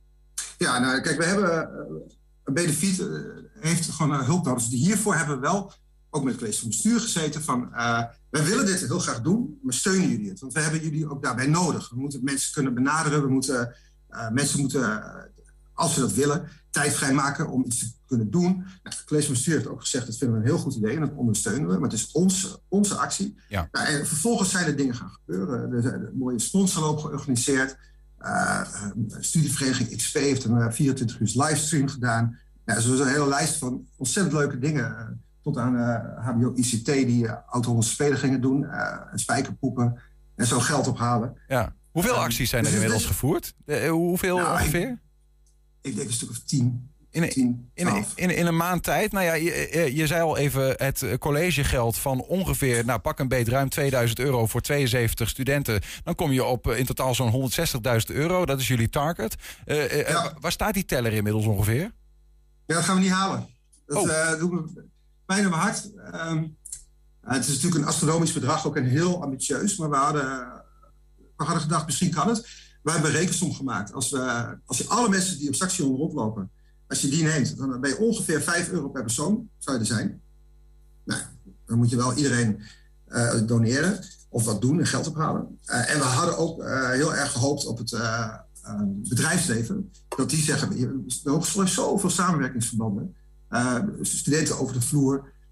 Ja, nou kijk, we hebben uh, een benefiet uh, heeft gewoon uh, hulp nodig. Dus hiervoor hebben we wel ook met het college van bestuur gezeten van... Uh, wij willen dit heel graag doen, maar steunen jullie het? Want we hebben jullie ook daarbij nodig. We moeten mensen kunnen benaderen. We moeten, uh, mensen moeten, uh, als ze dat willen, tijd vrijmaken om iets te kunnen doen. Nou, het college van bestuur heeft ook gezegd, dat vinden we een heel goed idee en dat ondersteunen we. Maar het is onze, onze actie. Ja. Nou, en vervolgens zijn er dingen gaan gebeuren. Er zijn een mooie sponsorloop georganiseerd. Uh, studievereniging X P heeft een uh, vierentwintig uur livestream gedaan. Ja, zo is een hele lijst van ontzettend leuke dingen. Uh, tot aan uh, H B O I C T die uh, oud-Hollandse spelen gingen doen. Uh, spijkerpoepen en zo geld ophalen. Ja. Hoeveel um, acties zijn er dus inmiddels dus, gevoerd? De, hoeveel nou, ongeveer? Ik, ik denk een stuk of tien. In een, in, in, in, in een maand tijd, nou ja, je, je zei al even het collegegeld van ongeveer, nou pak een beet ruim tweeduizend euro voor tweeënzeventig studenten. Dan kom je op in totaal zo'n honderdzestigduizend euro, dat is jullie target. Uh, uh, ja. Waar staat die teller inmiddels ongeveer? Ja, dat gaan we niet halen. Dat oh. uh, doet me pijn in mijn hart. Um, uh, het is natuurlijk een astronomisch bedrag, ook een heel ambitieus, maar we hadden, we hadden gedacht, misschien kan het. We hebben een rekensom gemaakt. Als, we, als je alle mensen die op Saxion rondlopen, als je die neemt, dan ben je ongeveer vijf euro per persoon, zou je er zijn. Nou, dan moet je wel iedereen uh, doneren of wat doen en geld ophalen. Uh, en we hadden ook uh, heel erg gehoopt op het uh, uh, bedrijfsleven. Dat die zeggen, de hogeschool heeft zoveel samenwerkingsverbanden. Uh, studenten over de vloer.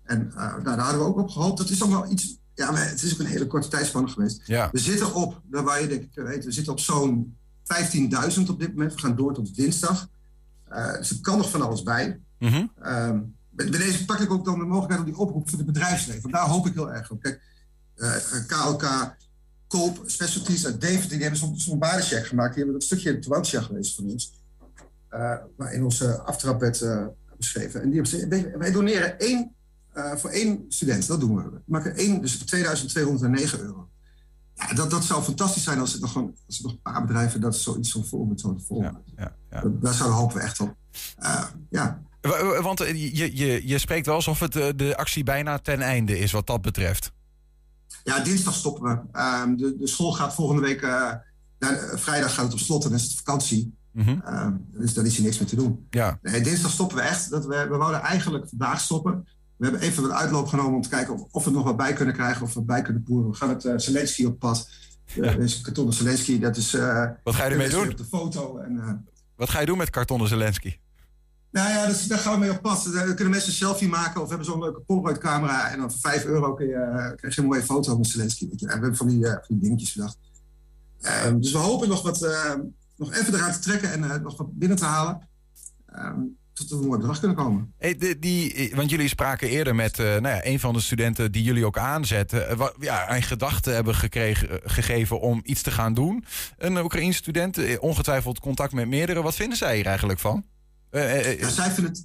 En uh, nou, daar hadden we ook op gehoopt. Dat is allemaal iets... Ja, maar het is ook een hele korte tijdspanne geweest. Ja. We zitten op, daar waar je denk ik weet, we zitten op zo'n vijftienduizend op dit moment. We gaan door tot dinsdag. Uh, dus er kan nog van alles bij. Mm-hmm. Um, bij deze pak ik ook dan de mogelijkheid om die oproep voor het bedrijfsleven. Daar hoop ik heel erg op. Kijk, uh, K L K, Koop, Specialties uit Deventer, die hebben zo'n, zo'n waardecheck gemaakt. Die hebben dat stukje in de Toantia geweest van ons. Uh, maar in onze aftrapwet uh, beschreven. En die hebben, wij doneren één, uh, voor één student. Dat doen we. We maken één, dus tweeduizend tweehonderdnegen euro. Ja, dat, dat zou fantastisch zijn als er nog, gewoon, als er nog een paar bedrijven dat zoiets zo voorbeeld zouden volgen. Ja, ja, ja. Dat, daar zouden hopen we echt op. Uh, ja. Want je, je, je spreekt wel alsof het de actie bijna ten einde is wat dat betreft. Ja, dinsdag stoppen we. Um, de, de school gaat volgende week... Uh, nou, vrijdag gaat het op slot en dan is het vakantie. Mm-hmm. Um, dus dan is hier niks meer te doen. Ja. Nee, dinsdag stoppen we echt. Dat we, we wouden eigenlijk vandaag stoppen. We hebben even wat uitloop genomen om te kijken of, of we er nog wat bij kunnen krijgen. Of we bij kunnen poeren. We gaan met uh, Zelensky op pad. Ja. Uh, dus kartonnen Zelensky, dat is... Uh, wat ga je ermee doen? Op de foto. En, uh, wat ga je doen met kartonnen Zelensky? Nou ja, dus, daar gaan we mee op pad. Dan kunnen mensen een selfie maken of we hebben zo'n leuke Polaroid camera. En dan voor vijf euro kun je, krijg je een mooie foto met Zelensky. En we hebben van die, uh, van die dingetjes bedacht. Uh, dus we hopen nog wat... Uh, nog even eraan te trekken en uh, nog wat binnen te halen. Um, tot we een mooi bedrag kunnen komen. Hey, die, die, want jullie spraken eerder met uh, nou ja, een van de studenten die jullie ook aanzetten. Uh, wat, ja, een gedachte hebben gekregen, uh, gegeven om iets te gaan doen. Een Oekraïense student, uh, ongetwijfeld contact met meerdere. Wat vinden zij hier eigenlijk van? Uh, uh, uh, ja, zij vinden het...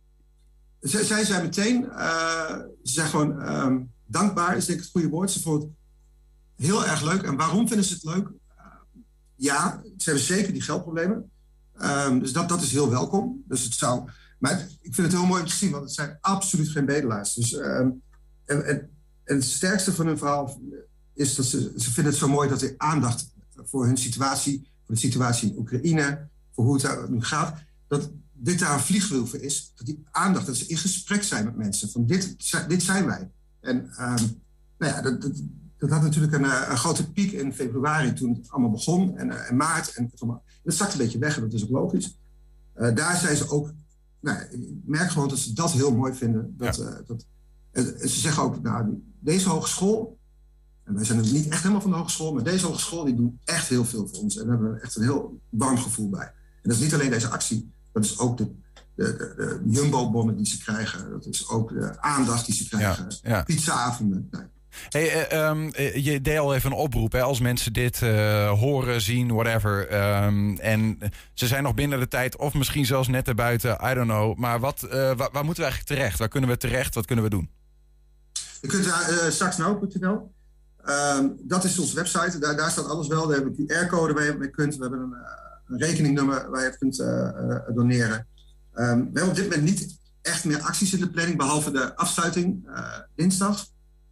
Z- zij zijn meteen... Uh, ze zijn gewoon um, dankbaar, is denk ik het goede woord. Ze vonden het heel erg leuk. En waarom vinden ze het leuk? Ja, ze hebben zeker die geldproblemen. Um, dus dat, dat is heel welkom. Dus het zou, maar het, ik vind het heel mooi om te zien, want het zijn absoluut geen bedelaars. Dus, um, en, en, en het sterkste van hun verhaal is dat ze, ze vinden het zo mooi dat er aandacht voor hun situatie, voor de situatie in Oekraïne, voor hoe het daar nu gaat, dat dit daar een vliegwiel voor is. Dat die aandacht, dat ze in gesprek zijn met mensen. Van dit, dit zijn wij. En um, nou ja, dat... dat Dat had natuurlijk een, een grote piek in februari toen het allemaal begon. En, uh, en maart. En het allemaal, dat zakt een beetje weg en dat is ook logisch. Uh, daar zijn ze ook... Nou, ik merk gewoon dat ze dat heel mooi vinden. Dat, ja. uh, dat, en ze zeggen ook, nou, deze hogeschool... En wij zijn er niet echt helemaal van de hogeschool... maar deze hogeschool die doen echt heel veel voor ons. En daar hebben we echt een heel warm gevoel bij. En dat is niet alleen deze actie. Dat is ook de, de, de, de Jumbo-bonnen die ze krijgen. Dat is ook de aandacht die ze krijgen. Ja. Ja. Pizza-avonden. Nee. Hey, uh, um, je deed al even een oproep, hè, als mensen dit uh, horen, zien, whatever. Um, en ze zijn nog binnen de tijd, of misschien zelfs net erbuiten, I don't know. Maar wat, uh, waar, waar moeten we eigenlijk terecht? Waar kunnen we terecht? Wat kunnen we doen? Je kunt naar uh, saksnauw punt n l. Um, dat is onze website. Daar, daar staat alles wel. Daar hebben we een Q R-code waar je mee kunt. We hebben een, een rekeningnummer waar je het kunt uh, uh, doneren. Um, we hebben op dit moment niet echt meer acties in de planning, behalve de afsluiting uh, dinsdag.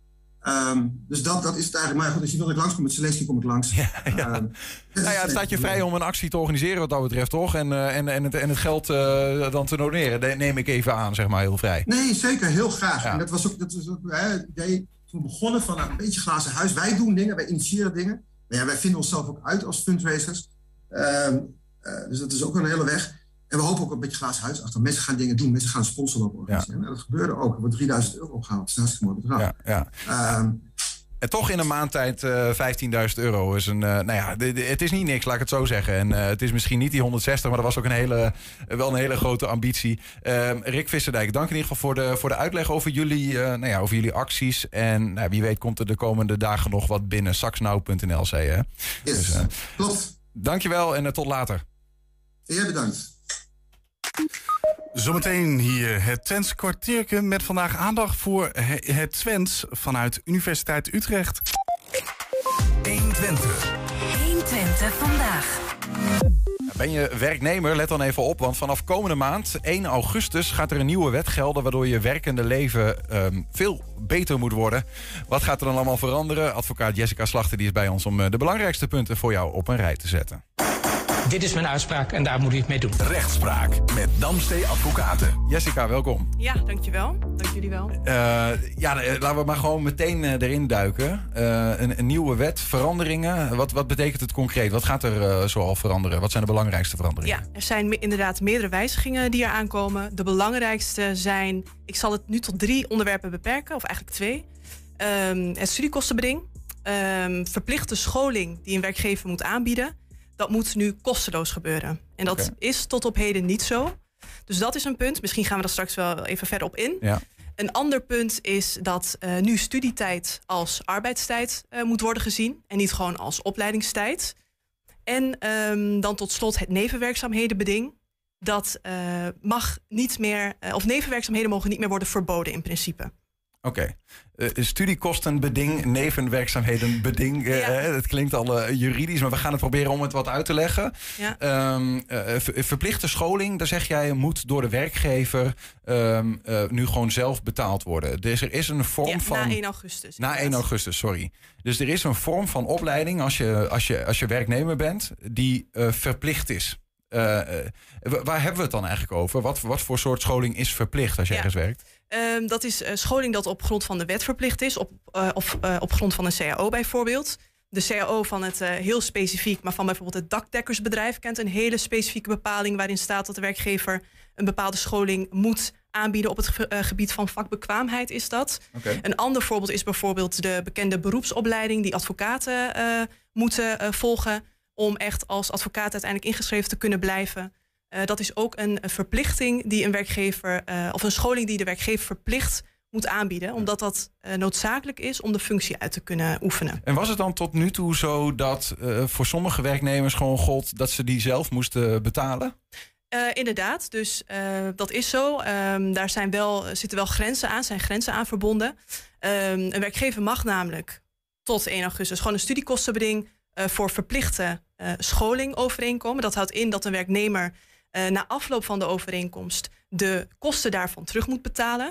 Um, dus dat, dat is het eigenlijk. Maar goed, als je wil dat ik langskom met Zelensky, kom ik langs. Ja, ja. Um, nou ja, het staat je vrij om een actie te organiseren wat dat betreft, toch? En, uh, en, en, het, en het geld uh, dan te doneren. Dat neem ik even aan, zeg maar, heel vrij. Nee, zeker. Heel graag. Ja. En dat was ook, dat was ook hè, het idee toen we begonnen van nou, een beetje glazen huis. Wij doen dingen, wij initiëren dingen. Maar ja, wij vinden onszelf ook uit als fundraisers. Um, uh, dus dat is ook een hele weg. En we hopen ook een beetje glazen huis achter. Mensen gaan dingen doen, mensen gaan sponsorlopen organiseren. Ja. Nou, dat gebeurde ook. Er wordt drieduizend euro opgehaald. Dat is een hartstikke mooi bedrag. Ja, ja. Um, en toch in een maand tijd uh, vijftienduizend euro is een... Uh, nou ja, de, de, het is niet niks, laat ik het zo zeggen. En uh, het is misschien niet die honderdzestig, maar dat was ook een hele, uh, wel een hele grote ambitie. Uh, Rick Visserdijk, dank in ieder geval voor de, voor de uitleg over jullie, uh, nou ja, over jullie acties. En nou, wie weet komt er de komende dagen nog wat binnen. saksnauw punt n l, zei je. Yes, dus, uh, klopt. Dankjewel en uh, tot later. Jij bedankt. Zometeen hier het Twents kwartiertje met vandaag aandacht voor het Twents vanuit Universiteit Utrecht. honderdtwintig. honderdtwintig vandaag. Ben je werknemer? Let dan even op, want vanaf komende maand, één augustus, gaat er een nieuwe wet gelden waardoor je werkende leven um, veel beter moet worden. Wat gaat er dan allemaal veranderen? Advocaat Jessica Slachter die is bij ons om uh, de belangrijkste punten voor jou op een rij te zetten. dit is mijn uitspraak en daar moet u het mee doen. Rechtspraak met Damstee Advocaten. Jessica, welkom. Ja, dankjewel. Dank jullie wel. Uh, ja, laten we maar gewoon meteen uh, erin duiken. Uh, een, een nieuwe wet, veranderingen. Wat, wat betekent het concreet? Wat gaat er uh, zoal veranderen? Wat zijn de belangrijkste veranderingen? Ja, er zijn me- inderdaad meerdere wijzigingen die er aankomen. De belangrijkste zijn, ik zal het nu tot drie onderwerpen beperken, of eigenlijk twee. Um, het studiekostenbeding. Um, verplichte scholing die een werkgever moet aanbieden. Dat moet nu kosteloos gebeuren. En dat okay. is tot op heden niet zo. Dus dat is een punt. Misschien gaan we daar straks wel even verder op in. Ja. Een ander punt is dat uh, nu studietijd als arbeidstijd uh, moet worden gezien. En niet gewoon als opleidingstijd. En um, dan tot slot het nevenwerkzaamhedenbeding. Dat uh, mag niet meer, uh, of nevenwerkzaamheden mogen niet meer worden verboden in principe. Oké. Okay. Uh, studiekostenbeding, nevenwerkzaamhedenbeding. Uh, ja. Het klinkt al uh, juridisch, maar we gaan het proberen om het wat uit te leggen. Ja. Um, uh, ver- verplichte scholing, daar zeg jij, moet door de werkgever um, uh, nu gewoon zelf betaald worden. Dus er is een vorm ja, van... na één augustus. Na één augustus, sorry. Dus er is een vorm van opleiding als je, als je, als je werknemer bent, die uh, verplicht is. Uh, uh, waar hebben we het dan eigenlijk over? Wat, wat voor soort scholing is verplicht als je ja. ergens werkt? Um, dat is uh, scholing dat op grond van de wet verplicht is. Op, uh, of uh, op grond van een C A O bijvoorbeeld. De C A O van het uh, heel specifiek, maar van bijvoorbeeld het dakdekkersbedrijf kent een hele specifieke bepaling waarin staat dat de werkgever een bepaalde scholing moet aanbieden op het ge- uh, gebied van vakbekwaamheid is dat. Okay. Een ander voorbeeld is bijvoorbeeld de bekende beroepsopleiding die advocaten uh, moeten uh, volgen om echt als advocaat uiteindelijk ingeschreven te kunnen blijven. Uh, dat is ook een, een verplichting die een werkgever, uh, of een scholing die de werkgever verplicht moet aanbieden, omdat dat uh, noodzakelijk is om de functie uit te kunnen oefenen. En was het dan tot nu toe zo dat uh, voor sommige werknemers gewoon gold dat ze die zelf moesten betalen? Uh, inderdaad, dus uh, dat is zo. Um, daar zijn wel, zitten wel grenzen aan, zijn grenzen aan verbonden. Um, een werkgever mag namelijk tot één augustus gewoon een studiekostenbeding uh, voor verplichte uh, scholing overeenkomen. Dat houdt in dat een werknemer uh, na afloop van de overeenkomst de kosten daarvan terug moet betalen.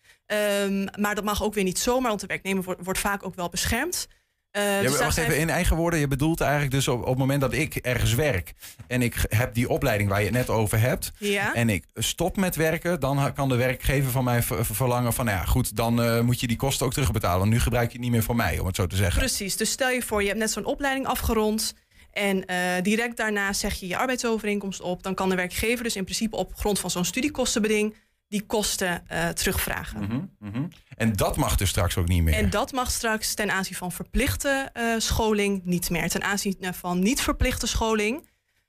Um, maar dat mag ook weer niet zomaar, want de werknemer wordt, wordt vaak ook wel beschermd. Uh, ja, dus wacht zijn... even, in eigen woorden, je bedoelt eigenlijk dus op, op het moment dat ik ergens werk en ik heb die opleiding waar je het net over hebt ja. en ik stop met werken, dan kan de werkgever van mij ver, verlangen van, nou ja goed, dan uh, moet je die kosten ook terugbetalen, want nu gebruik je het niet meer voor mij, om het zo te zeggen. Precies, dus stel je voor, je hebt net zo'n opleiding afgerond en uh, direct daarna zeg je je arbeidsovereenkomst op, dan kan de werkgever dus in principe op grond van zo'n studiekostenbeding die kosten uh, terugvragen. Mm-hmm, mm-hmm. En dat mag dus straks ook niet meer? En dat mag straks ten aanzien van verplichte uh, scholing niet meer. Ten aanzien van niet verplichte scholing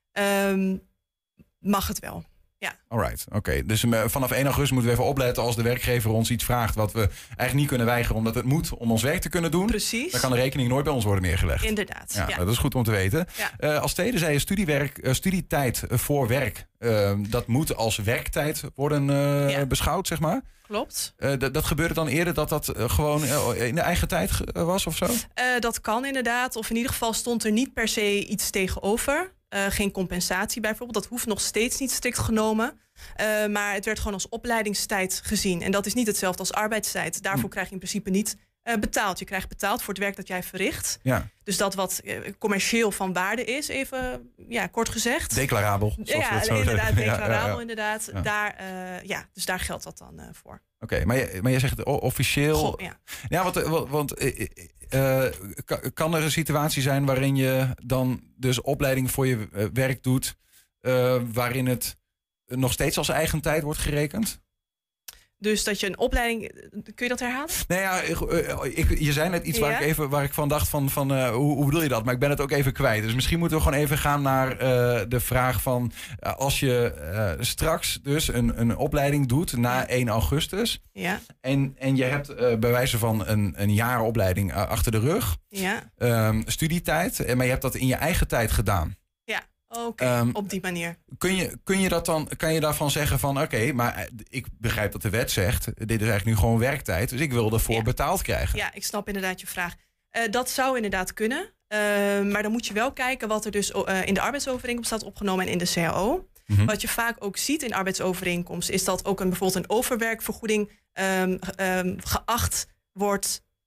um, mag het wel. Ja. Alright, oké. Okay. Dus uh, vanaf één augustus moeten we even opletten als de werkgever ons iets vraagt wat we eigenlijk niet kunnen weigeren omdat het moet om ons werk te kunnen doen. Precies. Dan kan de rekening nooit bij ons worden neergelegd. Inderdaad. Ja, ja. Dat is goed om te weten. Ja. Uh, als tweede zei je studiewerk, uh, studietijd uh, voor werk. Uh, dat moet als werktijd worden uh, ja. beschouwd, zeg maar. Klopt. Uh, d- dat gebeurde dan eerder dat dat uh, gewoon uh, in de eigen tijd uh, was of zo? Uh, dat kan inderdaad. Of in ieder geval stond er niet per se iets tegenover. Uh, geen compensatie bijvoorbeeld. Dat hoeft nog steeds niet strikt genomen. Uh, maar het werd gewoon als opleidingstijd gezien. En dat is niet hetzelfde als arbeidstijd. Daarvoor hm. krijg je in principe niet uh, betaald. Je krijgt betaald voor het werk dat jij verricht. Ja. Dus dat wat uh, commercieel van waarde is, even ja, kort gezegd. Declarabel. Ja, het zo inderdaad, declarabel ja, ja, ja. inderdaad. Ja. Daar, uh, ja, dus daar geldt dat dan uh, voor. Oké, okay, maar, je, maar jij zegt officieel... Goh, ja. ja, want, want, want uh, uh, kan er een situatie zijn waarin je dan dus opleiding voor je uh, werk doet, uh, waarin het nog steeds als eigen tijd wordt gerekend? Dus dat je een opleiding... Kun je dat herhalen? Nou ja, ik, ik, je zei net iets ja? waar, ik even, waar ik van dacht van, van uh, hoe, hoe bedoel je dat? Maar ik ben het ook even kwijt. Dus misschien moeten we gewoon even gaan naar uh, de vraag van... Uh, als je uh, straks dus een, een opleiding doet na ja. één augustus... Ja. En, en je hebt uh, bij wijze van een, een jaar opleiding uh, achter de rug... Ja. Um, studietijd, maar je hebt dat in je eigen tijd gedaan. Ja. Oké, okay, um, op die manier. Kun je, kun je dat dan, kan je daarvan zeggen van oké, okay, maar ik begrijp dat de wet zegt, dit is eigenlijk nu gewoon werktijd, dus ik wil ervoor ja. betaald krijgen. Ja, ik snap inderdaad je vraag. Uh, dat zou inderdaad kunnen, uh, maar dan moet je wel kijken wat er dus uh, in de arbeidsovereenkomst staat opgenomen en in de C A O. Mm-hmm. Wat je vaak ook ziet in arbeidsovereenkomst is dat ook een, bijvoorbeeld een overwerkvergoeding um, um, geacht wordt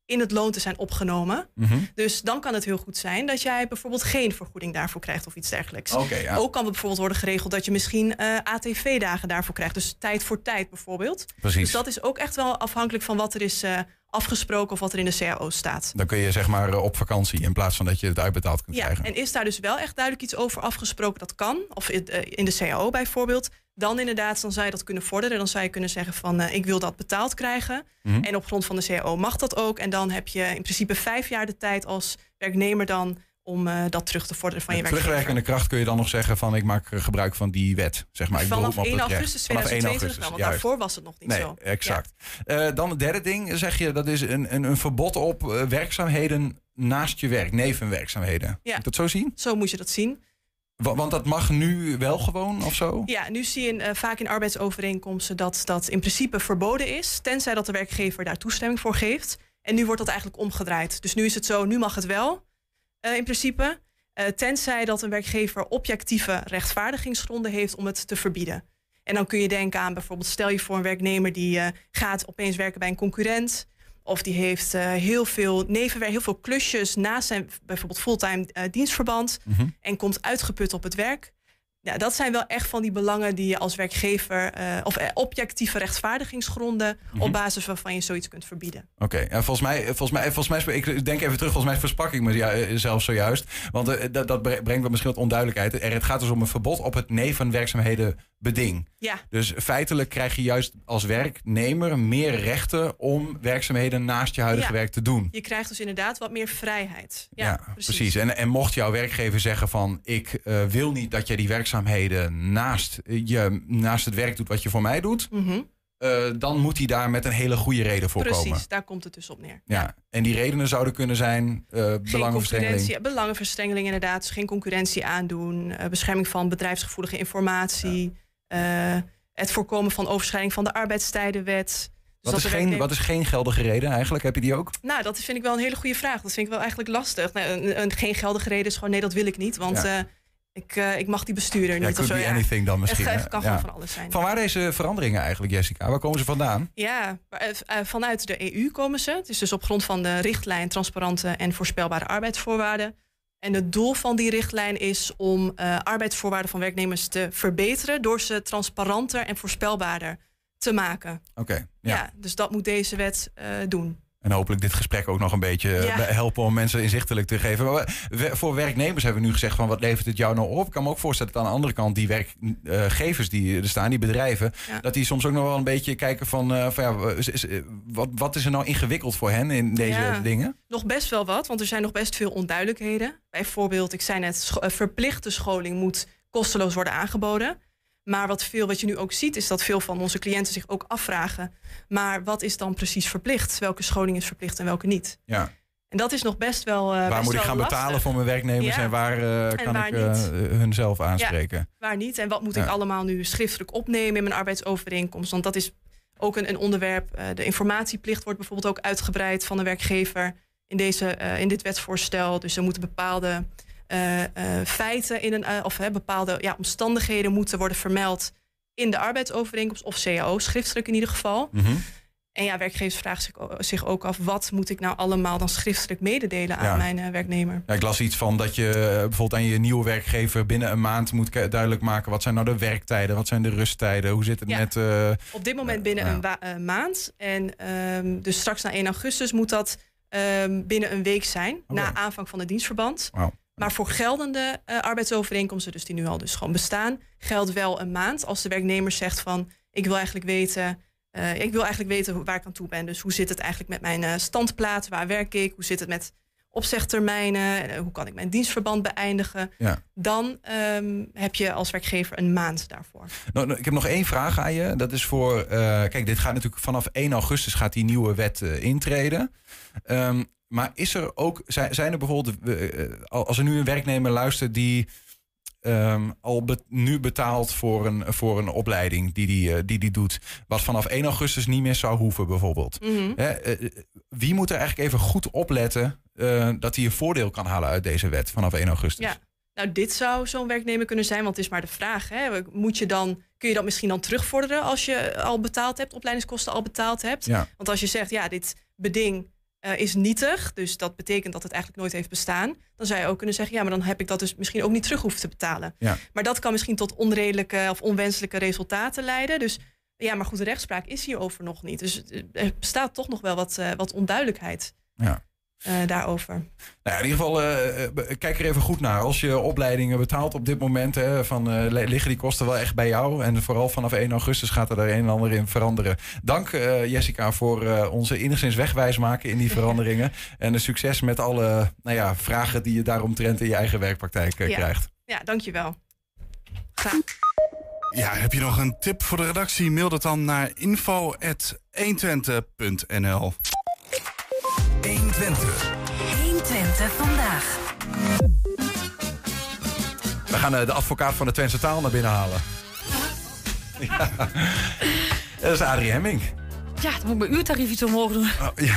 in het loon te zijn opgenomen. Mm-hmm. Dus dan kan het heel goed zijn dat jij bijvoorbeeld geen vergoeding daarvoor krijgt of iets dergelijks. Okay, ja. Ook kan het bijvoorbeeld worden geregeld dat je misschien uh, A T V-dagen daarvoor krijgt. Dus tijd voor tijd bijvoorbeeld. Precies. Dus dat is ook echt wel afhankelijk van wat er is uh, afgesproken of wat er in de C A O staat. Dan kun je zeg maar op vakantie in plaats van dat je het uitbetaald kunt ja, krijgen. En is daar dus wel echt duidelijk iets over afgesproken dat kan, of in de C A O bijvoorbeeld, dan inderdaad, dan zou je dat kunnen vorderen. Dan zou je kunnen zeggen van uh, ik wil dat betaald krijgen. Mm-hmm. En op grond van de C A O mag dat ook. En dan heb je in principe vijf jaar de tijd als werknemer dan om uh, dat terug te vorderen van je werkgever. Terugwerkende kracht kun je dan nog zeggen van ik maak gebruik van die wet. Zeg maar. Ik Vanaf één augustus tweeduizend tweeëntwintig wel, want juist. daarvoor was het nog niet nee, zo. Exact. Ja. Uh, dan het derde ding, zeg je, dat is een, een, een verbod op uh, werkzaamheden naast je werk, nevenwerkzaamheden. Ja. Moet ik dat zo zien? Zo moet je dat zien. Want dat mag nu wel gewoon of zo? Ja, nu zie je uh, vaak in arbeidsovereenkomsten dat dat in principe verboden is, tenzij dat de werkgever daar toestemming voor geeft. En nu wordt dat eigenlijk omgedraaid. Dus nu is het zo, nu mag het wel uh, in principe, uh, tenzij dat een werkgever objectieve rechtvaardigingsgronden heeft om het te verbieden. En dan kun je denken aan bijvoorbeeld, stel je voor een werknemer die uh, gaat opeens werken bij een concurrent, of die heeft uh, heel veel nevenwerk, heel veel klusjes naast zijn bijvoorbeeld fulltime uh, dienstverband, mm-hmm. en komt uitgeput op het werk. Ja, dat zijn wel echt van die belangen die je als werkgever, uh, of uh, objectieve rechtvaardigingsgronden, mm-hmm. op basis waarvan je zoiets kunt verbieden. Oké, okay. En volgens mij, volgens mij, volgens mij, ik denk even terug, volgens mij versprak ik me ja, zelf zojuist. Want uh, dat, dat brengt wel misschien wat onduidelijkheid. Er, het gaat dus om een verbod op het nevenwerkzaamheden beding. Ja. Dus feitelijk krijg je juist als werknemer meer rechten om werkzaamheden naast je huidige ja. werk te doen. Je krijgt dus inderdaad wat meer vrijheid. Ja, ja precies. precies. En, en mocht jouw werkgever zeggen van ik uh, wil niet dat jij die werkzaamheden naast, je, naast het werk doet wat je voor mij doet, mm-hmm. uh, dan moet hij daar met een hele goede reden voor precies, komen. Precies, daar komt het dus op neer. Ja. Ja. En die redenen zouden kunnen zijn uh, belangenverstrengeling. Belangenverstrengeling inderdaad, dus geen concurrentie aandoen, uh, bescherming van bedrijfsgevoelige informatie. Ja. Uh, het voorkomen van overschrijding van de arbeidstijdenwet. Dus wat, is geen, wat is geen geldige reden eigenlijk? Heb je die ook? Nou, dat vind ik wel een hele goede vraag. Dat vind ik wel eigenlijk lastig. Nou, een, een, geen geldige reden is gewoon nee, dat wil ik niet. Want ja. uh, ik, uh, ik mag die bestuurder ja, niet. Of zo. Ja, anything dan misschien. Het kan ja. gewoon van alles zijn. Van waar deze veranderingen eigenlijk, Jessica? Waar komen ze vandaan? Ja, uh, vanuit de E U komen ze. Het is dus op grond van de richtlijn transparante en voorspelbare arbeidsvoorwaarden. En het doel van die richtlijn is om uh, arbeidsvoorwaarden van werknemers te verbeteren door ze transparanter en voorspelbaarder te maken. Oké. Okay, ja. ja, dus dat moet deze wet uh, doen. En hopelijk dit gesprek ook nog een beetje ja. helpen om mensen inzichtelijk te geven. Maar voor werknemers hebben we nu gezegd van wat levert het jou nou op? Ik kan me ook voorstellen dat aan de andere kant die werkgevers die er staan, die bedrijven, ja. dat die soms ook nog wel een beetje kijken van, uh, van ja, is, is, wat, wat is er nou ingewikkeld voor hen in deze ja, dingen? Nog best wel wat, want er zijn nog best veel onduidelijkheden. Bijvoorbeeld, ik zei net, scho- verplichte scholing moet kosteloos worden aangeboden. Maar wat, veel, wat je nu ook ziet, is dat veel van onze cliënten zich ook afvragen, maar wat is dan precies verplicht? Welke scholing is verplicht en welke niet? Ja. En dat is nog best wel uh, Waar best moet wel ik gaan lastig. betalen voor mijn werknemers ja. en waar uh, en kan waar ik uh, hun zelf aanspreken? Ja, waar niet en wat moet ja. ik allemaal nu schriftelijk opnemen in mijn arbeidsovereenkomst? Want dat is ook een, een onderwerp. Uh, de informatieplicht wordt bijvoorbeeld ook uitgebreid van de werkgever in, deze, uh, in dit wetsvoorstel. Dus er moeten bepaalde uh, uh, feiten in een, uh, of uh, bepaalde ja, omstandigheden moeten worden vermeld in de arbeidsovereenkomst of C A O, schriftelijk in ieder geval. Mm-hmm. En ja, werkgevers vragen zich, zich ook af, wat moet ik nou allemaal dan schriftelijk mededelen aan ja. mijn uh, werknemer? Ja, ik las iets van dat je uh, bijvoorbeeld aan je nieuwe werkgever binnen een maand moet ke- duidelijk maken, wat zijn nou de werktijden, wat zijn de rusttijden, hoe zit het ja. met... Uh, Op dit moment binnen uh, een wa- uh, maand. En um, dus straks na één augustus moet dat um, binnen een week zijn, okay. na aanvang van het dienstverband. Wow. Maar voor geldende uh, arbeidsovereenkomsten, dus die nu al dus gewoon bestaan, geldt wel een maand. Als de werknemer zegt van, ik wil eigenlijk weten, uh, ik wil eigenlijk weten waar ik aan toe ben. Dus hoe zit het eigenlijk met mijn uh, standplaat? Waar werk ik? Hoe zit het met opzegtermijnen? Uh, hoe kan ik mijn dienstverband beëindigen? Ja. Dan um, heb je als werkgever een maand daarvoor. Nou, nou, ik heb nog één vraag aan je. Dat is voor, uh, kijk, dit gaat natuurlijk vanaf één augustus gaat die nieuwe wet uh, intreden. Um, Maar is er ook, zijn er bijvoorbeeld, als er nu een werknemer luistert die um, al be, nu betaalt voor een, voor een opleiding die die, die die doet, wat vanaf één augustus niet meer zou hoeven bijvoorbeeld. Mm-hmm. He, uh, wie moet er eigenlijk even goed opletten uh, dat hij een voordeel kan halen uit deze wet vanaf één augustus? Ja. Nou, dit zou zo'n werknemer kunnen zijn, want het is maar de vraag. Hè. Moet je dan, kun je dat misschien dan terugvorderen als je al betaald hebt, opleidingskosten al betaald hebt? Ja. Want als je zegt, ja, dit beding uh, is nietig. Dus dat betekent dat het eigenlijk nooit heeft bestaan. Dan zou je ook kunnen zeggen, ja, maar dan heb ik dat dus misschien ook niet terug hoeven te betalen. Ja. Maar dat kan misschien tot onredelijke of onwenselijke resultaten leiden. Dus ja, maar goed, de rechtspraak is hierover nog niet. Dus er bestaat toch nog wel wat, uh, wat onduidelijkheid. Ja. Uh, daarover. Nou ja, in ieder geval, uh, kijk er even goed naar. Als je opleidingen betaalt op dit moment, hè, van, uh, liggen die kosten wel echt bij jou. En vooral vanaf één augustus gaat er een en ander in veranderen. Dank uh, Jessica voor uh, onze enigszins wegwijs maken in die veranderingen. En uh, succes met alle nou ja, vragen die je daaromtrent in je eigen werkpraktijk uh, ja. krijgt. Ja, dankjewel. Graag. Ja, heb je nog een tip voor de redactie? Mail dat dan naar info at honderdtwintig punt n l. honderdtwintig. honderdtwintig vandaag. We gaan uh, de advocaat van de Twentse taal naar binnen halen. Ja. Dat is Adrie Hemming. Ja, dan moet ik mijn uurtarief iets omhoog doen. Oh, ja,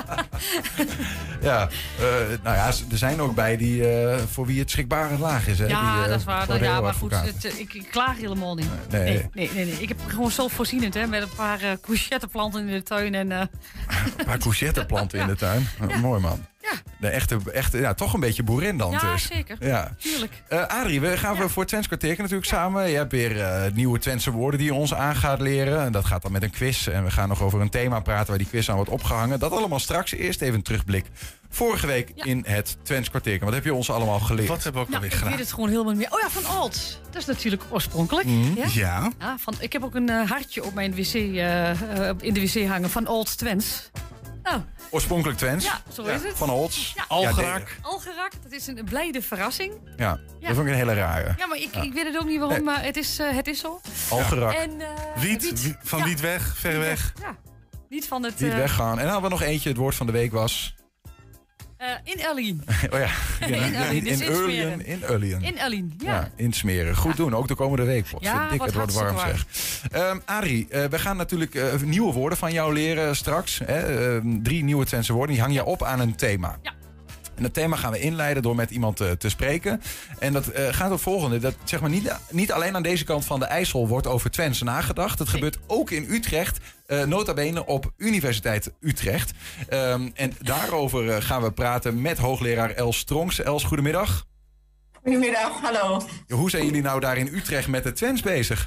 ja uh, nou ja, er zijn ook bij die uh, voor wie het schrikbarend laag is. Hè? Ja, die, uh, dat is waar. Ja, maar goed, het, het, ik, ik klaag helemaal niet. Nee, nee. Nee, nee, nee, nee. Ik heb gewoon zelfvoorzienend, hè, met een paar uh, courgetteplanten in de tuin. En, uh... Een paar courgetteplanten ja. in de tuin. Ja. Mooi man. Ja. De echte, echte, ja, toch een beetje boerin dan ja, dus. Zeker. Ja, tuurlijk. Uh, Adrie, we gaan ja. voor het Twents kwartier natuurlijk ja. samen. Je hebt weer uh, nieuwe Twentse woorden die je ons aan gaat leren. En dat gaat dan met een quiz. En we gaan nog over een thema praten waar die quiz aan wordt opgehangen. Dat allemaal straks. Eerst even een terugblik. Vorige week ja. in het Twents kwartier. Wat heb je ons allemaal geleerd? Wat hebben we ook nou, alweer gedaan? Ik weet het gewoon helemaal niet meer. Oh ja, van Alt. Dat is natuurlijk oorspronkelijk. Mm. Ja. ja. ja van, ik heb ook een uh, hartje op mijn wc, uh, uh, in de wc hangen van Alt Twents. Oh. Oorspronkelijk Twents. Ja, zo is ja. het. Van Olts. Ja. Algerak. Ja, Algerak, dat is een blijde verrassing. Ja, ja. dat vond ik een hele rare. Ja, maar ik, ja. ik weet het ook niet waarom, nee. maar het is, uh, het is zo. Algerak. En, uh, wiet, wiet, van ja. wiet weg, ver weg. Ja, niet van het... Niet uh, weggaan. En dan hadden we nog eentje, het woord van de week was... Uh, in Ellien. Oh ja, in Ellien. In Eulien. In Eulien. In Ellien, ja. ja. In Smeren. Goed ja. doen, ook de komende week. Pot. Ja, dik, het wordt warm zeg. Um, Adrie, uh, we gaan natuurlijk uh, nieuwe woorden van jou leren straks. Hè? Uh, drie nieuwe Twentse woorden, die hang je op aan een thema. Ja. En dat thema gaan we inleiden door met iemand uh, te spreken. En dat uh, gaat het volgende. Dat, zeg maar, niet, niet alleen aan deze kant van de IJssel wordt over Twents nagedacht. Het nee. gebeurt ook in Utrecht. Uh, nota bene op Universiteit Utrecht. Um, en daarover uh, gaan we praten met hoogleraar Els Stronks. Els, goedemiddag. Goedemiddag, hallo. Hoe zijn jullie nou daar in Utrecht met het Twents bezig?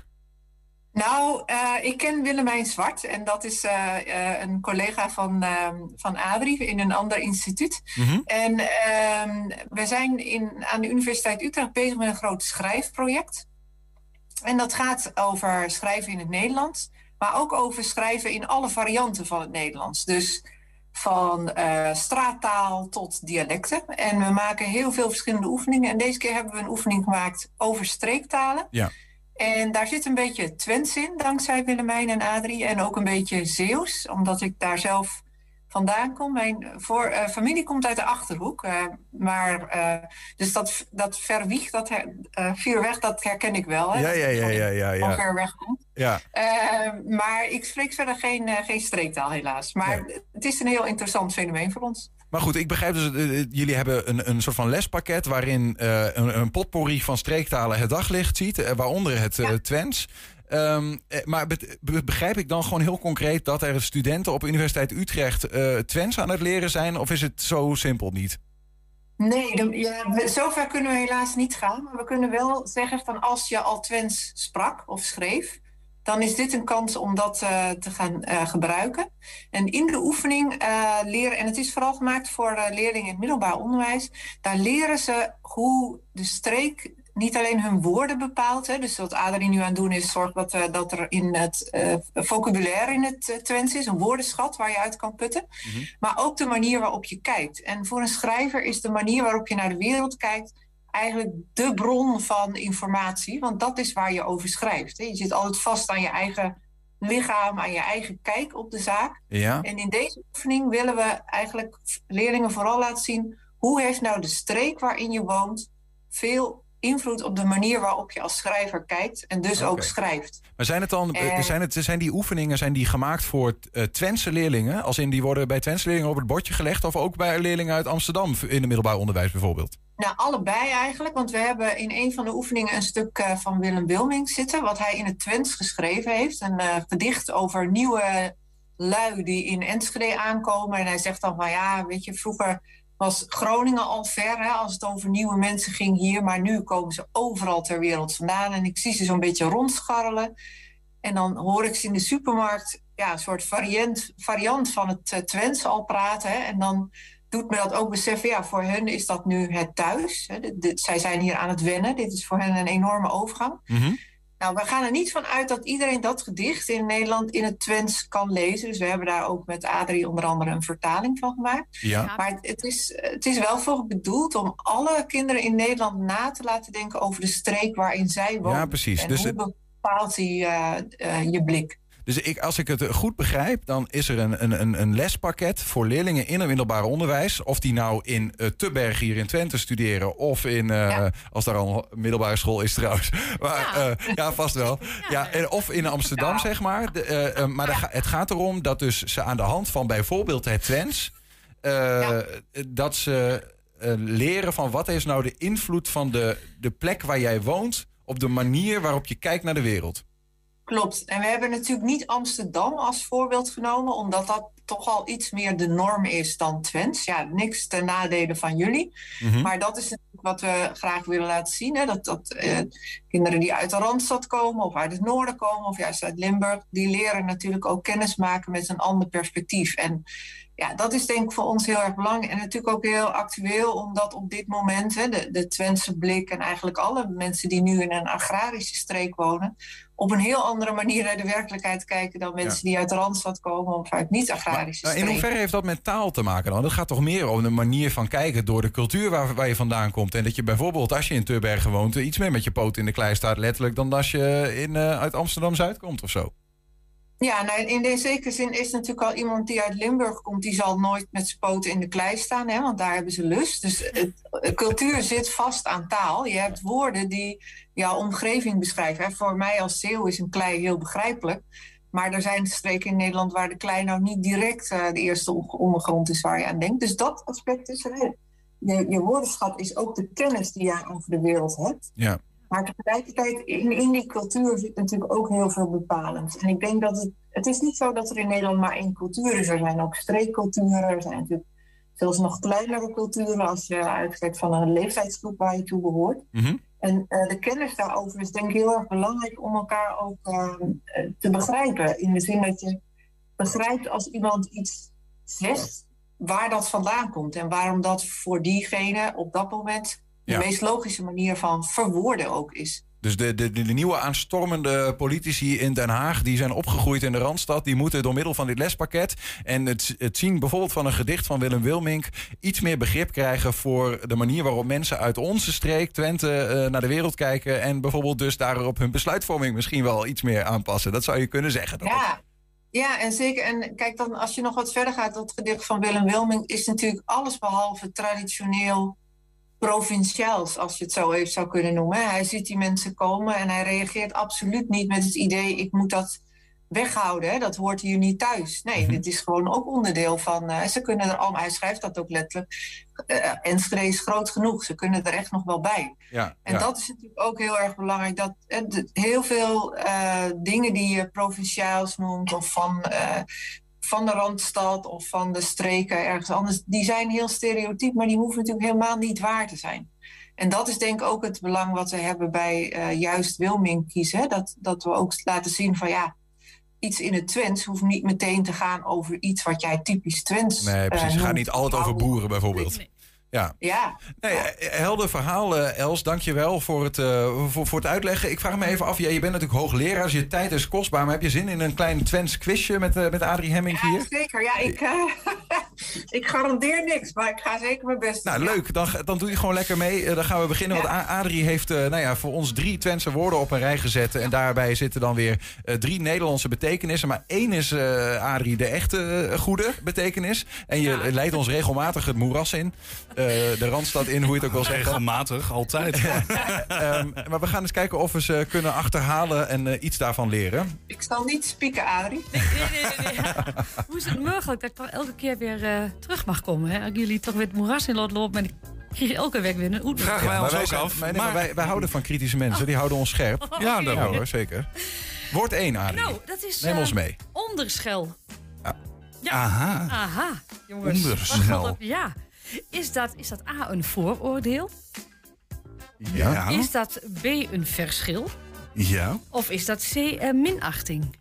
Nou, uh, ik ken Willemijn Zwart en dat is uh, uh, een collega van, uh, van Adrie in een ander instituut. Mm-hmm. En uh, we zijn in, aan de Universiteit Utrecht bezig met een groot schrijfproject. En dat gaat over schrijven in het Nederlands, maar ook over schrijven in alle varianten van het Nederlands. Dus van uh, straattaal tot dialecten. En we maken heel veel verschillende oefeningen. En deze keer hebben we een oefening gemaakt over streektalen. Ja. En daar zit een beetje Twents in, dankzij Willemijn en Adrie. En ook een beetje Zeeuws, omdat ik daar zelf vandaan kom. Mijn voor, uh, familie komt uit de Achterhoek. Uh, maar, uh, dus dat, dat verwieg, dat her, uh, vier weg, dat herken ik wel. Hè? Ja, ja, ja, ja, ja, ja. Van ver weg komt. Ja. Uh, maar ik spreek verder geen, uh, geen streektaal, helaas. Maar nee. Het is een heel interessant fenomeen voor ons. Maar goed, ik begrijp dus, uh, jullie hebben een, een soort van lespakket waarin uh, een, een potpourri van streektalen het daglicht ziet, uh, waaronder het uh, ja. Twents. Um, maar be- begrijp ik dan gewoon heel concreet dat er studenten op Universiteit Utrecht uh, Twents aan het leren zijn? Of is het zo simpel niet? Nee, de, ja, zover kunnen we helaas niet gaan. Maar we kunnen wel zeggen van als je al Twents sprak of schreef, dan is dit een kans om dat uh, te gaan uh, gebruiken. En in de oefening uh, leren, en het is vooral gemaakt voor uh, leerlingen in het middelbaar onderwijs, daar leren ze hoe de streek niet alleen hun woorden bepaalt. Hè, dus wat Adrie nu aan het doen is zorgen dat, uh, dat er in het uh, vocabulaire in het uh, Twents is, een woordenschat waar je uit kan putten. Mm-hmm. Maar ook de manier waarop je kijkt. En voor een schrijver is de manier waarop je naar de wereld kijkt eigenlijk de bron van informatie. Want dat is waar je over schrijft. Hè. Je zit altijd vast aan je eigen lichaam, aan je eigen kijk op de zaak. Ja. En in deze oefening willen we eigenlijk leerlingen vooral laten zien hoe heeft nou de streek waarin je woont veel invloed op de manier waarop je als schrijver kijkt en dus okay. ook schrijft. Maar zijn het dan, uh, zijn, het, zijn die oefeningen zijn die gemaakt voor uh, Twentse leerlingen? Als in die worden bij Twentse leerlingen op het bordje gelegd, of ook bij leerlingen uit Amsterdam in het middelbaar onderwijs bijvoorbeeld? Nou, allebei eigenlijk, want we hebben in een van de oefeningen een stuk uh, van Willem Wilming zitten, wat hij in het Twents geschreven heeft. Een uh, gedicht over nieuwe lui die in Enschede aankomen. En hij zegt dan van ja, weet je, vroeger was Groningen al ver, hè, als het over nieuwe mensen ging hier. Maar nu komen ze overal ter wereld vandaan. En ik zie ze zo'n beetje rondscharrelen. En dan hoor ik ze in de supermarkt ja, een soort variant, variant van het uh, Twents al praten. Hè. En dan doet me dat ook beseffen, ja, voor hen is dat nu het thuis. Hè. De, de, zij zijn hier aan het wennen. Dit is voor hen een enorme overgang. Mm-hmm. Nou, we gaan er niet van uit dat iedereen dat gedicht in Nederland in het Twents kan lezen. Dus we hebben daar ook met Adrie onder andere een vertaling van gemaakt. Ja. Maar het, het, is, het is wel voor bedoeld om alle kinderen in Nederland na te laten denken over de streek waarin zij wonen. Ja, precies. En Dus hoe het... bepaalt die uh, uh, je blik? Dus ik, als ik het goed begrijp, dan is er een, een, een lespakket voor leerlingen in het middelbaar onderwijs. Of die nou in uh, Tubberg hier in Twente studeren. Of in, uh, ja. als daar al een middelbare school is trouwens. Maar, ja. Uh, ja, vast wel. Ja, en, of in Amsterdam, ja. zeg maar. De, uh, uh, maar ja. het gaat erom dat dus ze aan de hand van bijvoorbeeld het Twents... Uh, ja. dat ze uh, leren van wat is nou de invloed van de, de plek waar jij woont... op de manier waarop je kijkt naar de wereld. Klopt. En we hebben natuurlijk niet Amsterdam als voorbeeld genomen... omdat dat toch al iets meer de norm is dan Twents. Ja, niks ten nadele van jullie. Mm-hmm. Maar dat is natuurlijk wat we graag willen laten zien. Hè? Dat, dat eh, kinderen die uit de Randstad komen... of uit het noorden komen, of juist uit Limburg... die leren natuurlijk ook kennis maken met een ander perspectief. En ja, dat is denk ik voor ons heel erg belangrijk. En natuurlijk ook heel actueel, omdat op dit moment... Hè, de, de Twentse blik en eigenlijk alle mensen die nu in een agrarische streek wonen... op een heel andere manier naar de werkelijkheid kijken... dan mensen ja. die uit de Randstad komen of uit niet-agrarische maar, streken. In hoeverre heeft dat met taal te maken dan? Dat gaat toch meer om de manier van kijken door de cultuur waar, waar je vandaan komt. En dat je bijvoorbeeld, als je in Tubbergen woont... iets meer met je poot in de klei staat letterlijk... dan als je in, uh, uit Amsterdam-Zuid komt of zo. Ja, nou, in de zekere zin is natuurlijk al iemand die uit Limburg komt... die zal nooit met zijn poten in de klei staan, hè, want daar hebben ze lust. Dus het, cultuur zit vast aan taal. Je hebt woorden die jouw omgeving beschrijven. Hè. Voor mij als Zeeuw is een klei heel begrijpelijk. Maar er zijn streken in Nederland waar de klei nou niet direct... Uh, de eerste ondergrond is waar je aan denkt. Dus dat aspect is er. Je, je woordenschat is ook de kennis die je over de wereld hebt. Ja. Maar tegelijkertijd, in, in die cultuur zit natuurlijk ook heel veel bepalend. En ik denk dat het... Het is niet zo dat er in Nederland maar één cultuur is. Er zijn ook streekculturen. Er zijn natuurlijk zelfs nog kleinere culturen... als je uitgaat van een leeftijdsgroep waar je toe behoort. Mm-hmm. En uh, de kennis daarover is denk ik heel erg belangrijk... om elkaar ook uh, te begrijpen. In de zin dat je begrijpt als iemand iets zegt... waar dat vandaan komt. En waarom dat voor diegene op dat moment... de ja. meest logische manier van verwoorden ook is. Dus de, de, de nieuwe aanstormende politici in Den Haag... die zijn opgegroeid in de Randstad... die moeten door middel van dit lespakket... en het, het zien bijvoorbeeld van een gedicht van Willem Wilmink... iets meer begrip krijgen voor de manier waarop mensen uit onze streek... Twente uh, naar de wereld kijken... en bijvoorbeeld dus daarop hun besluitvorming misschien wel iets meer aanpassen. Dat zou je kunnen zeggen. Dat ja. Ja, en zeker. En kijk, dan als je nog wat verder gaat... dat gedicht van Willem Wilmink is natuurlijk allesbehalve traditioneel... provinciaals, als je het zo even zou kunnen noemen. Hij ziet die mensen komen en hij reageert absoluut niet met het idee... ik moet dat weghouden, hè? Dat hoort hier niet thuis. Nee, mm-hmm. dit is gewoon ook onderdeel van... Uh, ze kunnen er allemaal, hij schrijft dat ook letterlijk... Uh, Enschede is groot genoeg, ze kunnen er echt nog wel bij. Ja, en ja. dat is natuurlijk ook heel erg belangrijk... dat uh, de, heel veel uh, dingen die je provinciaals noemt... of van... Uh, van de Randstad of van de streken ergens anders... die zijn heel stereotyp, maar die hoeven natuurlijk helemaal niet waar te zijn. En dat is denk ik ook het belang wat we hebben bij uh, juist Wilmink kiezen. Hè? Dat, dat we ook laten zien van ja... iets in het Twents hoeft niet meteen te gaan over iets wat jij typisch Twents... Nee, precies. Het uh, gaat niet altijd over boeren bijvoorbeeld. Nee. Ja. Ja. Nee, helder verhaal, uh, Els. Dank je wel voor het, uh, voor, voor het uitleggen. Ik vraag me even af, ja, je bent natuurlijk hoogleraar, dus je tijd is kostbaar. Maar heb je zin in een klein Twents quizje met, uh, met Adrie Hemmink hier? Ja, zeker. Ja, ik, uh, ik garandeer niks, maar ik ga zeker mijn best doen. Nou, leuk. Dan, dan doe je gewoon lekker mee. Uh, dan gaan we beginnen. Ja. Want Adrie heeft uh, nou ja, voor ons drie Twentse woorden op een rij gezet. En daarbij zitten dan weer uh, drie Nederlandse betekenissen. Maar één is, uh, Adrie, de echte uh, goede betekenis. En je ja. leidt ons regelmatig het moeras in. Uh, de Randstad in, hoe je het ook wil zeggen. Regelmatig, altijd. um, maar we gaan eens kijken of we ze kunnen achterhalen en uh, iets daarvan leren. Ik zal niet spieken, Adrie. Nee, nee, nee, nee. Hoe is het mogelijk dat ik toch elke keer weer uh, terug mag komen? Hè? Als jullie toch weer het moeras in laten lopen... en ik krijg elke week weer een oet. Vragen wij ons ook zijn, af. Maar, nee, maar wij, wij houden van kritische mensen, oh. die houden ons scherp. Oh, ja, okay. ja hoor, zeker. Woord één, Adrie. Nou, dat is... Neem uh, ons mee. Onderschel. Ja. Ja. Aha. Aha. Jongens. Onderschel. Wat- Ja. Is dat, is dat A, een vooroordeel? Ja. Is dat B, een verschil? Ja. Of is dat C, uh, minachting?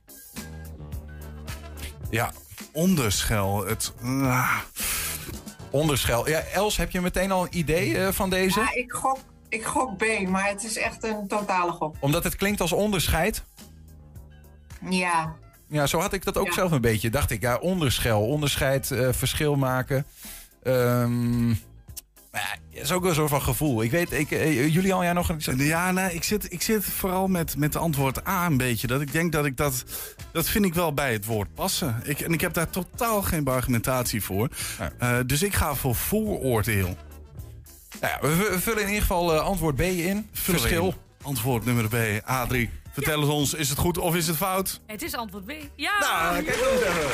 Ja. Onderschel. Het... Uh. Onderschel. Ja, Els, heb je meteen al een idee uh, van deze? Ja, ik gok, ik gok B, maar het is echt een totale gok. Omdat het klinkt als onderscheid? Ja. Ja, zo had ik dat ook Ja. zelf een beetje. Dacht ik, ja, onderschel, onderscheid, uh, verschil maken. Um, maar ja, dat is ook wel zo van gevoel. Ik weet, ik, uh, Julian, jij nog een... Ja, nee, ik zit, ik zit vooral met, met de antwoord A een beetje. Dat ik denk dat ik dat... Dat vind ik wel bij het woord passen. Ik, en ik heb daar totaal geen argumentatie voor. Ja. Uh, dus ik ga voor vooroordeel. Nou ja, we, we vullen in ieder geval uh, antwoord B in. Vullen Verschil. in. Antwoord nummer B. A drie. Vertel het ons, is het goed of is het fout? Het is antwoord B. Ja! Nou, kijk eens even.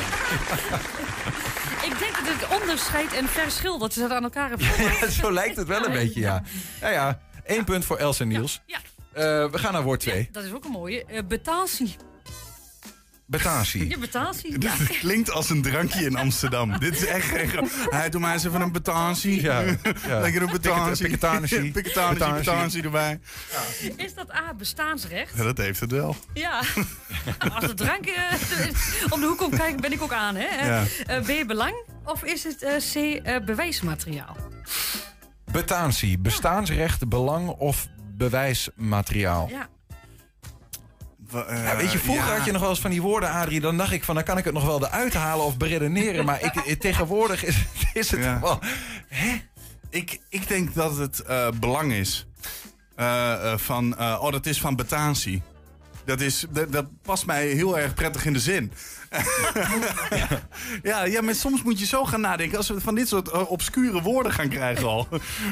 Ik denk dat het onderscheid en verschil, dat ze dat aan elkaar hebben. Ja, zo lijkt het wel een beetje, ja. Ja, ja. Eén punt voor Els en Niels. Ja. Uh, we gaan naar woord twee. Ja, dat is ook een mooie. Uh, betatie. Betatie. Ja, betatie. Ja. Dit klinkt als een drankje in Amsterdam. Dit is echt geen grap. Hij doet mij eens even een betatie. Ja, ja. Lekker een betatie. Piketatie. Piketatie, betatie erbij. Ja. Is dat A, bestaansrecht? Ja, dat heeft het wel. Ja. Als de drank uh, om de hoek komt kijken, ben ik ook aan. Hè? Ja. Uh, B, belang? Of is het uh, C, uh, bewijsmateriaal? Betatie. Bestaansrecht, belang of bewijsmateriaal? Ja. Uh, ja, weet je, vroeger ja. had je nog wel eens van die woorden, Adrie. Dan dacht ik van, dan kan ik het nog wel eruit halen of beredeneren. Maar ik, tegenwoordig is, is het ja. wel... Hè? Ik, ik denk dat het uh, belang is. Uh, uh, van, uh, oh, dat is van betatie. Dat, is, dat, dat past mij heel erg prettig in de zin. ja. Ja, ja, maar soms moet je zo gaan nadenken. Als we van dit soort uh, obscure woorden gaan krijgen al.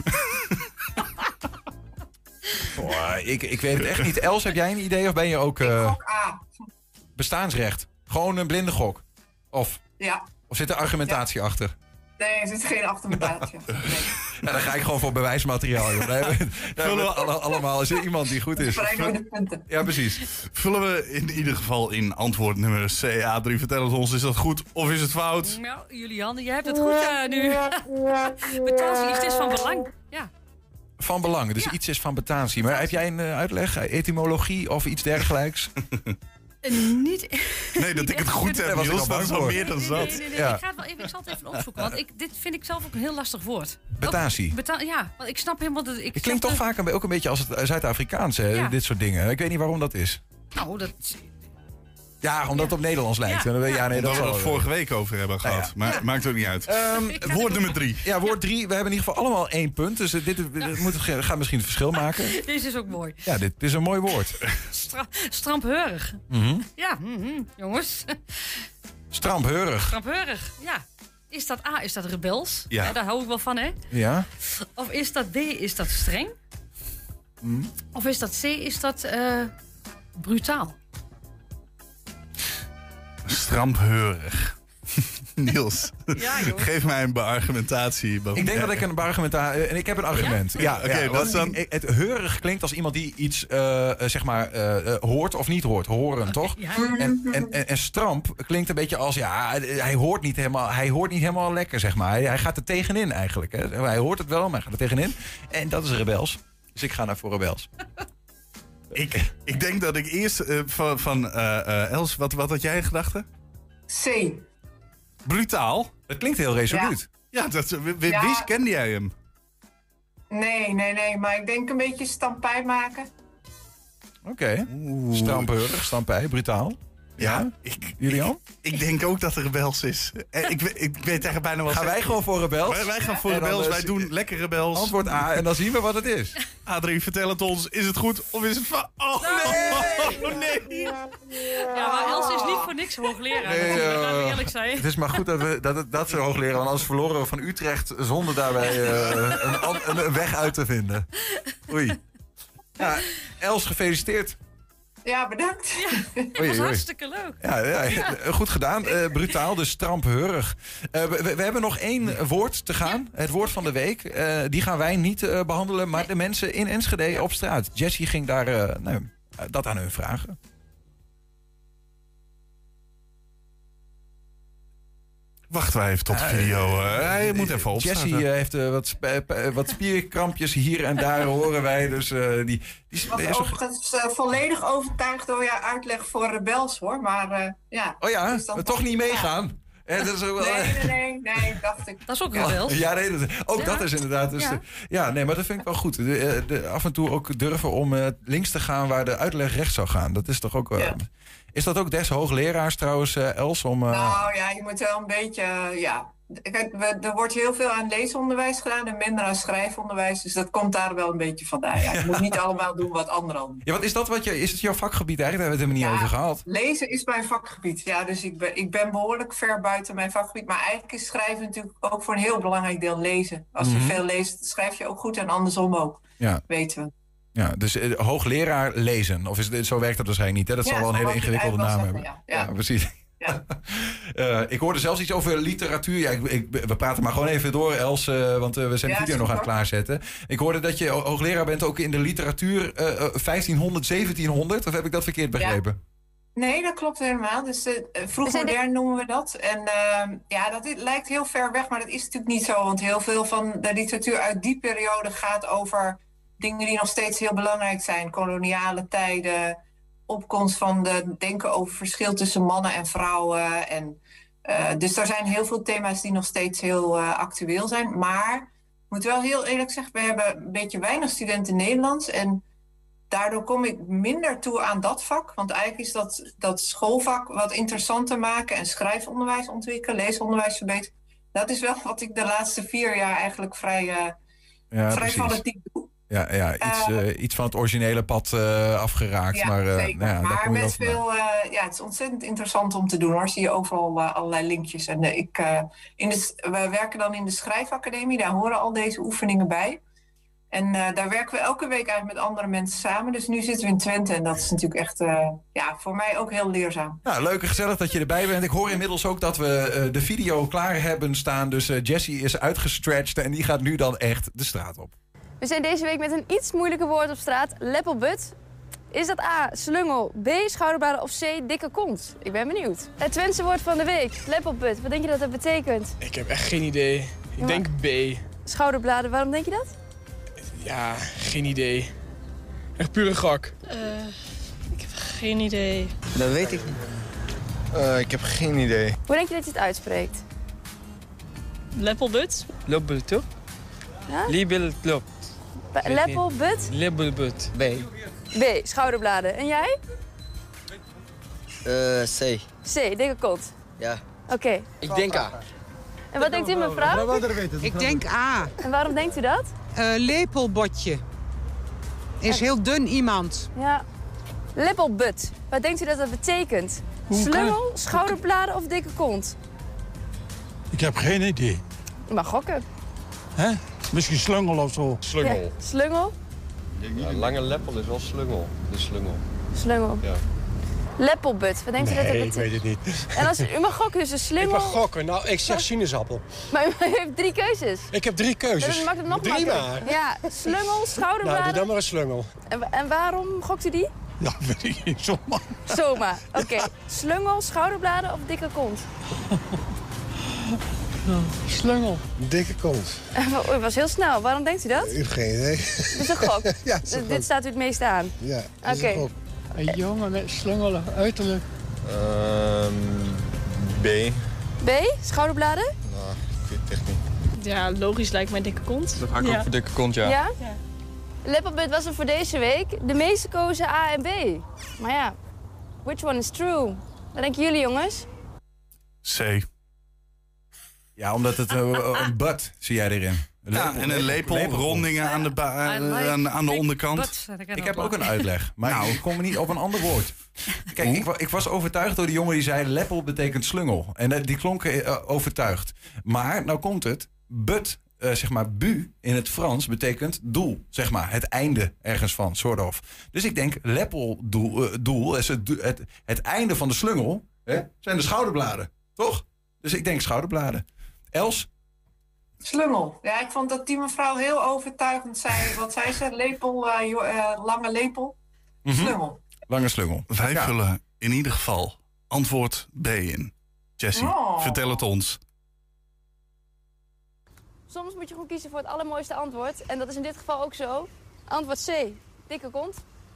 Oh, ik, ik weet het echt niet. Els, heb jij een idee of ben je ook... Uh, ik gok A. Bestaansrecht. Gewoon een blinde gok. Of, ja. of zit er argumentatie ja. achter? Nee, er zit geen argumentatie achter. Nee. Ja, dan ga ik gewoon voor bewijsmateriaal. Joh. Daar hebben we, daar hebben we alle, allemaal. Is er iemand die goed is? De punten. Ja, precies. Vullen we in ieder geval in antwoord nummer C A drie. Vertel het ons, is dat goed of is het fout? Nou, Julian, jij hebt het goed uh, nu. Betatie, het is van belang. Ja. Van belang, dus ja. iets is van betatie. Maar heb jij een uh, uitleg, etymologie of iets dergelijks? Uh, niet. Nee, dat ik het goed heb, nee, Niels, dat is al meer dan nee, zat. Nee, nee, nee, ja. Ik ga het wel even, ik zal het even opzoeken, want ik, dit vind ik zelf ook een heel lastig woord. Betatie. Beta ja, want ik snap helemaal dat ik. Het klinkt toch de... vaak een, ook een beetje als het Zuid-Afrikaans, hè, ja. dit soort dingen. Ik weet niet waarom dat is. Nou, dat. Ja, omdat het op Nederlands lijkt. Ja, ja, ja. nee, dat dat we het wel, vorige week over hebben gehad. Ja. Maar ja. maakt ook niet uit. Um, woord nummer drie. Ja, woord drie. We hebben in ieder geval allemaal één punt. Dus dit, dit, dit moet, gaat misschien het verschil maken. Deze is ook mooi. Ja, dit is een mooi woord. Stra strampheurig. Mm-hmm. Ja, mm-hmm, jongens. Strampheurig. Strampheurig, ja. Is dat A, is dat rebels? Ja. Ja, daar hou ik wel van, hè? Ja. Of is dat B, is dat streng? Mm. Of is dat C, is dat uh, brutaal? Strampheurig. Niels, ja, geef mij een beargumentatie. Ik denk dat ik een beargumentatie... En ik heb een argument. Ja, ja, ja, oké. Okay, ja, wat dan? Het heurig klinkt als iemand die iets, uh, zeg maar, uh, hoort of niet hoort. Horen, okay, toch? Ja. En, en, en, en stramp klinkt een beetje als, ja, hij hoort niet helemaal, hij hoort niet helemaal lekker, zeg maar. Hij, hij gaat er tegenin eigenlijk. Hè. Hij hoort het wel, maar hij gaat er tegenin. En dat is rebels. Dus ik ga naar voor rebels. Ik, ik denk dat ik eerst uh, van, van uh, uh, Els, wat, wat had jij in gedachten? C. Brutaal. Dat klinkt heel resoluut. Ja, ja dat, wie, ja. wie kende jij hem? Nee, nee, nee. Maar ik denk een beetje stampij maken. Oké. Okay. Strampheurig, stampij, brutaal. Ja, ja. Ik, Julian? Ik, ik denk ook dat er rebels is. Ik, ik weet tegen bijna wel... Gaan wij gewoon voor rebels? Wij, wij gaan voor rebels, wij doen lekker rebels. Antwoord A en dan zien we wat het is. A drie, vertel het ons. Is het goed of is het fout? Oh nee! Oh, nee! Ja, maar Els is niet voor niks hoogleraar. Nee, uh, laten we eerlijk zijn. Het is maar goed dat, we, dat, het, dat ze hoogleraar, want anders verloren we van Utrecht zonder daarbij uh, een, een, een weg uit te vinden. Oei. Ja, Els, gefeliciteerd. Ja, bedankt. Ja, het was oei, hartstikke leuk. Ja, ja, ja. Goed gedaan. Uh, brutaal, dus strampheurig. Uh, we, we hebben nog één woord te gaan. Het woord van de week. Uh, die gaan wij niet uh, behandelen, maar de mensen in Enschede op straat. Jessie ging daar uh, nou, dat aan hun vragen. Wachten wij even tot de video. Uh, hij moet even opstarten. Jessie uh, heeft uh, wat, sp- uh, wat spierkrampjes hier en daar, horen wij. Dus uh, die, die Ik was overigens uh, volledig overtuigd door jouw uitleg voor rebels, hoor. Maar uh, ja... Oh ja, dus dan toch niet meegaan? Ja. Eh, dat is ook wel... Nee, nee, nee, nee, dacht ik. Dat is ook rebels. Ja, nee, dat, ook ja. dat is inderdaad... Dus ja. De, ja, nee, maar dat vind ik wel goed. De, de, af en toe ook durven om uh, links te gaan waar de uitleg rechts zou gaan. Dat is toch ook... Uh, ja. Is dat ook des hoogleraars trouwens, uh, Els? Om, uh... Nou ja, je moet wel een beetje... Uh, ja. Kijk, we, er wordt heel veel aan leesonderwijs gedaan en minder aan schrijfonderwijs. Dus dat komt daar wel een beetje vandaan. Ja, je moet niet allemaal doen wat anderen doen. Ja, wat is dat? Wat je, is het jouw vakgebied eigenlijk? Daar hebben we het helemaal ja, niet over gehad. Lezen is mijn vakgebied. Ja, dus ik ben, ik ben behoorlijk ver buiten mijn vakgebied. Maar eigenlijk is schrijven natuurlijk ook voor een heel belangrijk deel lezen. Als je mm-hmm. veel leest, schrijf je ook goed en andersom ook. Ja. Weten we. Ja, dus uh, hoogleraar lezen. Of is het, zo werkt dat waarschijnlijk niet, hè? Dat ja, zal wel een hele ingewikkelde naam hebben. Ja, ja. ja, precies. Ja. uh, ik hoorde zelfs iets over literatuur. Ja, ik, ik, we praten maar gewoon even door, Els, uh, want uh, we zijn de ja, video nog aan het klaarzetten. Ik hoorde dat je hoogleraar bent ook in de literatuur uh, vijftienhonderd, zeventienhonderd. Of heb ik dat verkeerd begrepen? Ja. Nee, dat klopt helemaal. Dus uh, vroeg modern de... noemen we dat. En uh, ja, dat lijkt heel ver weg, maar dat is natuurlijk niet zo. Want heel veel van de literatuur uit die periode gaat over dingen die nog steeds heel belangrijk zijn. Koloniale tijden, opkomst van de denken over verschil tussen mannen en vrouwen. En, uh, dus er zijn heel veel thema's die nog steeds heel uh, actueel zijn. Maar ik moet wel heel eerlijk zeggen, we hebben een beetje weinig studenten Nederlands. En daardoor kom ik minder toe aan dat vak. Want eigenlijk is dat, dat schoolvak wat interessanter maken en schrijfonderwijs ontwikkelen, leesonderwijs verbeteren. Dat is wel wat ik de laatste vier jaar eigenlijk vrij, uh, ja, vrij fanatiek doe. Ja, ja iets, uh, uh, iets van het originele pad uh, afgeraakt. Ja, maar uh, zeker. Nou ja, maar met veel, uh, ja, het is ontzettend interessant om te doen, hoor. Zie je overal uh, allerlei linkjes. En uh, ik, uh, in de, we werken dan in de Schrijfacademie, daar horen al deze oefeningen bij. En uh, daar werken we elke week eigenlijk met andere mensen samen. Dus nu zitten we in Twente en dat is natuurlijk echt uh, ja, voor mij ook heel leerzaam. Nou, leuk en gezellig dat je erbij bent. Ik hoor inmiddels ook dat we uh, de video klaar hebben staan. Dus uh, Jessie is uitgestretched en die gaat nu dan echt de straat op. We zijn deze week met een iets moeilijker woord op straat. Leppelbut. Is dat A, slungel, B, schouderbladen of C, dikke kont? Ik ben benieuwd. Het Twentse woord van de week, leppelbut. Wat denk je dat dat betekent? Ik heb echt geen idee. Ik ja, denk B. Schouderbladen, waarom denk je dat? Ja, geen idee. Echt pure gok. Uh, ik heb geen idee. Dat weet ik niet. Uh, ik heb geen idee. Hoe denk je dat je het uitspreekt? Leppelbut. Leppelbut. Ja? Leppelbut. Leppelbut? Leppelbut. B. B, schouderbladen. En jij? Uh, C. C, dikke kont. Ja. Oké. Okay. Ik denk A. En wat denkt u, mevrouw? Ik denk A. En waarom denkt u dat? Uh, lepelbotje. Is en... heel dun iemand. Ja. Leppelbut. Wat denkt u dat dat betekent? Hoe slungel, kan... schouderbladen of dikke kont? Ik heb geen idee. Je mag gokken. Hè? Misschien slungel of zo. Slungel. Ja. Slungel? Ja, lange leppel is wel slungel. De slungel. Slungel. Ja. Leppelbut, wat denkt nee, u dat dat betekent? ik weet het niet. En als u, u mag gokken, dus een slungel... Ik mag gokken. Nou, ik zeg sinaasappel. Maar u heeft drie keuzes. Ik heb drie keuzes. Dus maakt het nog drie makkelijker. Maar. Ja, slungel, schouderbladen... Nou, doe dan maar een slungel. En, en waarom gokt u die? Ja, weet ik niet, zomaar. Zomaar, oké. Okay. Slungel, schouderbladen of dikke kont? Nou, slungel. Dikke kont. U was heel snel. Waarom denkt u dat? Ik heb geen idee. Dat is een gok? Ja, het is een Dit gok. Staat u het meest aan? Ja, oké. Okay. Een, een jongen met slungelig uiterlijk. Um, B. B? Schouderbladen? Nou, ik weet het echt niet. Ja, logisch lijkt mij dikke kont. Dat ga ik ja. ook voor dikke kont, ja. Ja? Ja. Leppelbut was er voor deze week. De meeste kozen A en B. Maar ja, which one is true? Wat denken jullie, jongens? C. Ja, omdat het uh, een butt zie jij erin. Een ja, lepel, en een lepel, lepel rondingen ja. aan, de ba- uh, like aan, aan de onderkant. Ik heb ook een uitleg, maar nou. ik kom er niet op een ander woord. Kijk, ik, ik was overtuigd door de jongen die zei... leppel betekent slungel. En uh, die klonk uh, overtuigd. Maar, nou komt het, but, uh, zeg maar, bu in het Frans betekent doel. Zeg maar, het einde ergens van, soort of. Dus ik denk, leppeldoel, uh, doel, is het, het, het einde van de slungel, hè, zijn de schouderbladen, toch? Dus ik denk schouderbladen. Els? Slungel. Ja, ik vond dat die mevrouw heel overtuigend zei. Wat zei ze? Lepel, uh, uh, lange lepel. Mm-hmm. Slungel. Lange slungel. Wij ja. vullen in ieder geval antwoord B in. Jessie, oh. vertel het ons. Soms moet je gewoon kiezen voor het allermooiste antwoord. En dat is in dit geval ook zo. Antwoord C. Dikke kont.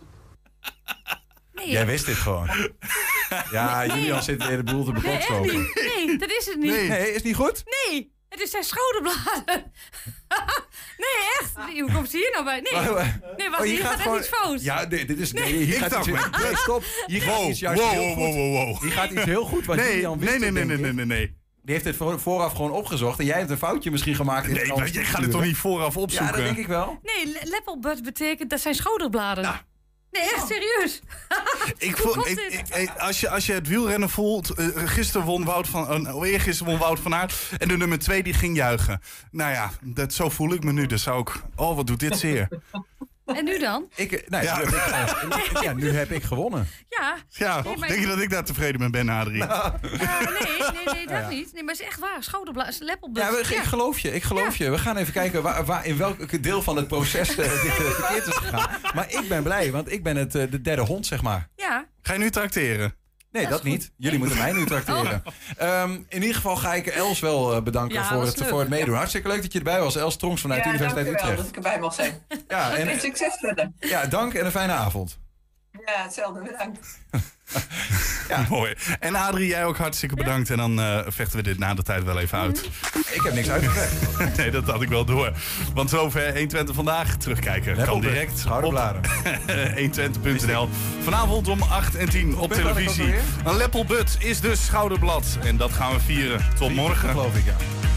Nee, Jij wist dit gewoon. Ja, Nee. Julian zit weer de boel te Nee, echt bekokstoken. niet. Nee, dat is het niet. Nee. Nee, is het niet goed? Nee, het is zijn schouderbladen. Nee, echt. Nee, hoe komt ze hier nou bij? Nee, nee wacht, Oh, je hier gaat, gewoon- echt iets fout. Ja, nee, dit is... Nee, Nee. hier Ik gaat dacht iets... maar- Nee, stop. Hier gaat Wow, iets juist wow, heel wow, goed. wow, wow. Hier gaat iets heel goed, wat Nee, Julian wist. nee, nee, nee, denk nee, ik. nee, nee. Die heeft het voor- vooraf gewoon opgezocht. En jij hebt een foutje misschien gemaakt. in Nee, het maar anders jij gaat het sturen. toch niet vooraf opzoeken? Ja, dat denk ik wel. Nee, le- leppelbud betekent dat zijn schouderbladen. Nee, echt serieus. Ik Hoe voel, komt ik, dit? ik- ik- als, je, als je het wielrennen voelt... Uh, gisteren won Wout van... Uh, eergisteren won Wout van Aert. En de nummer twee die ging juichen. Nou ja, dat, zo voel ik me nu. Dus zou ik... Oh, wat doet dit zeer. En nu dan? Ik, nou, Ja. nu, heb ik, gewoon- ja, nu heb ik gewonnen. Ja. Ja, Nee, maar- denk je dat ik daar tevreden mee ben, Adrie? Eh, nee, nee, nee, dat Ja. niet. Nee, maar het is echt waar. Schouderbladen, leppelbud. Ja, we- ik geloof je, ik geloof je. We gaan even kijken waar, waar, in welk deel van het proces uh, dit uh, verkeerd is gegaan. Maar ik ben blij, want ik ben het, uh, de derde hond, zeg maar. Ja. Ga je nu tracteren? Nee, dat niet. Jullie moeten mij nu tracteren. Um, in ieder geval ga ik Els wel uh, bedanken Ja, voor, dat het, is leuk. voor het meedoen. Ja. Hartstikke leuk dat je erbij was. Els Tronks vanuit de Ja, Universiteit dank u wel Utrecht. dat ik erbij mag zijn. Ja, en- en succes verder. Ja, dank en een fijne avond. Ja, hetzelfde. Bedankt. Ja. Mooi. En Adrie, jij ook hartstikke bedankt. En dan uh, vechten we dit na de tijd wel even uit. Ik heb niks uitgevecht. Nee, dat had ik wel door. Want zover honderdtwintig vandaag terugkijken. Kan Leppelbud, direct schouderbladen. op honderdtwintig punt n l. Vanavond om acht en tien op punt had ik televisie. ook alweer? Een Leppelbud is dus schouderblad. En dat gaan we vieren. Tot morgen. Geloof ik, ja.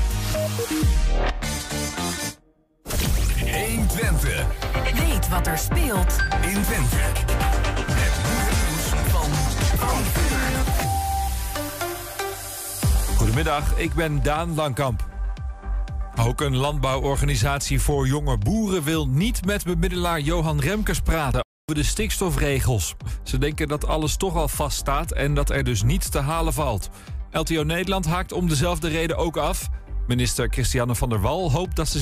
honderdtwintig. Weet wat er speelt in Twente. Het nieuws van vijf uur. Goedemiddag, ik ben Daan Langkamp. Ook een landbouworganisatie voor jonge boeren wil niet met bemiddelaar Johan Remkes praten over de stikstofregels. Ze denken dat alles toch al vaststaat en dat er dus niets te halen valt. L T O Nederland haakt om dezelfde reden ook af. Minister Christiane van der Wal hoopt dat ze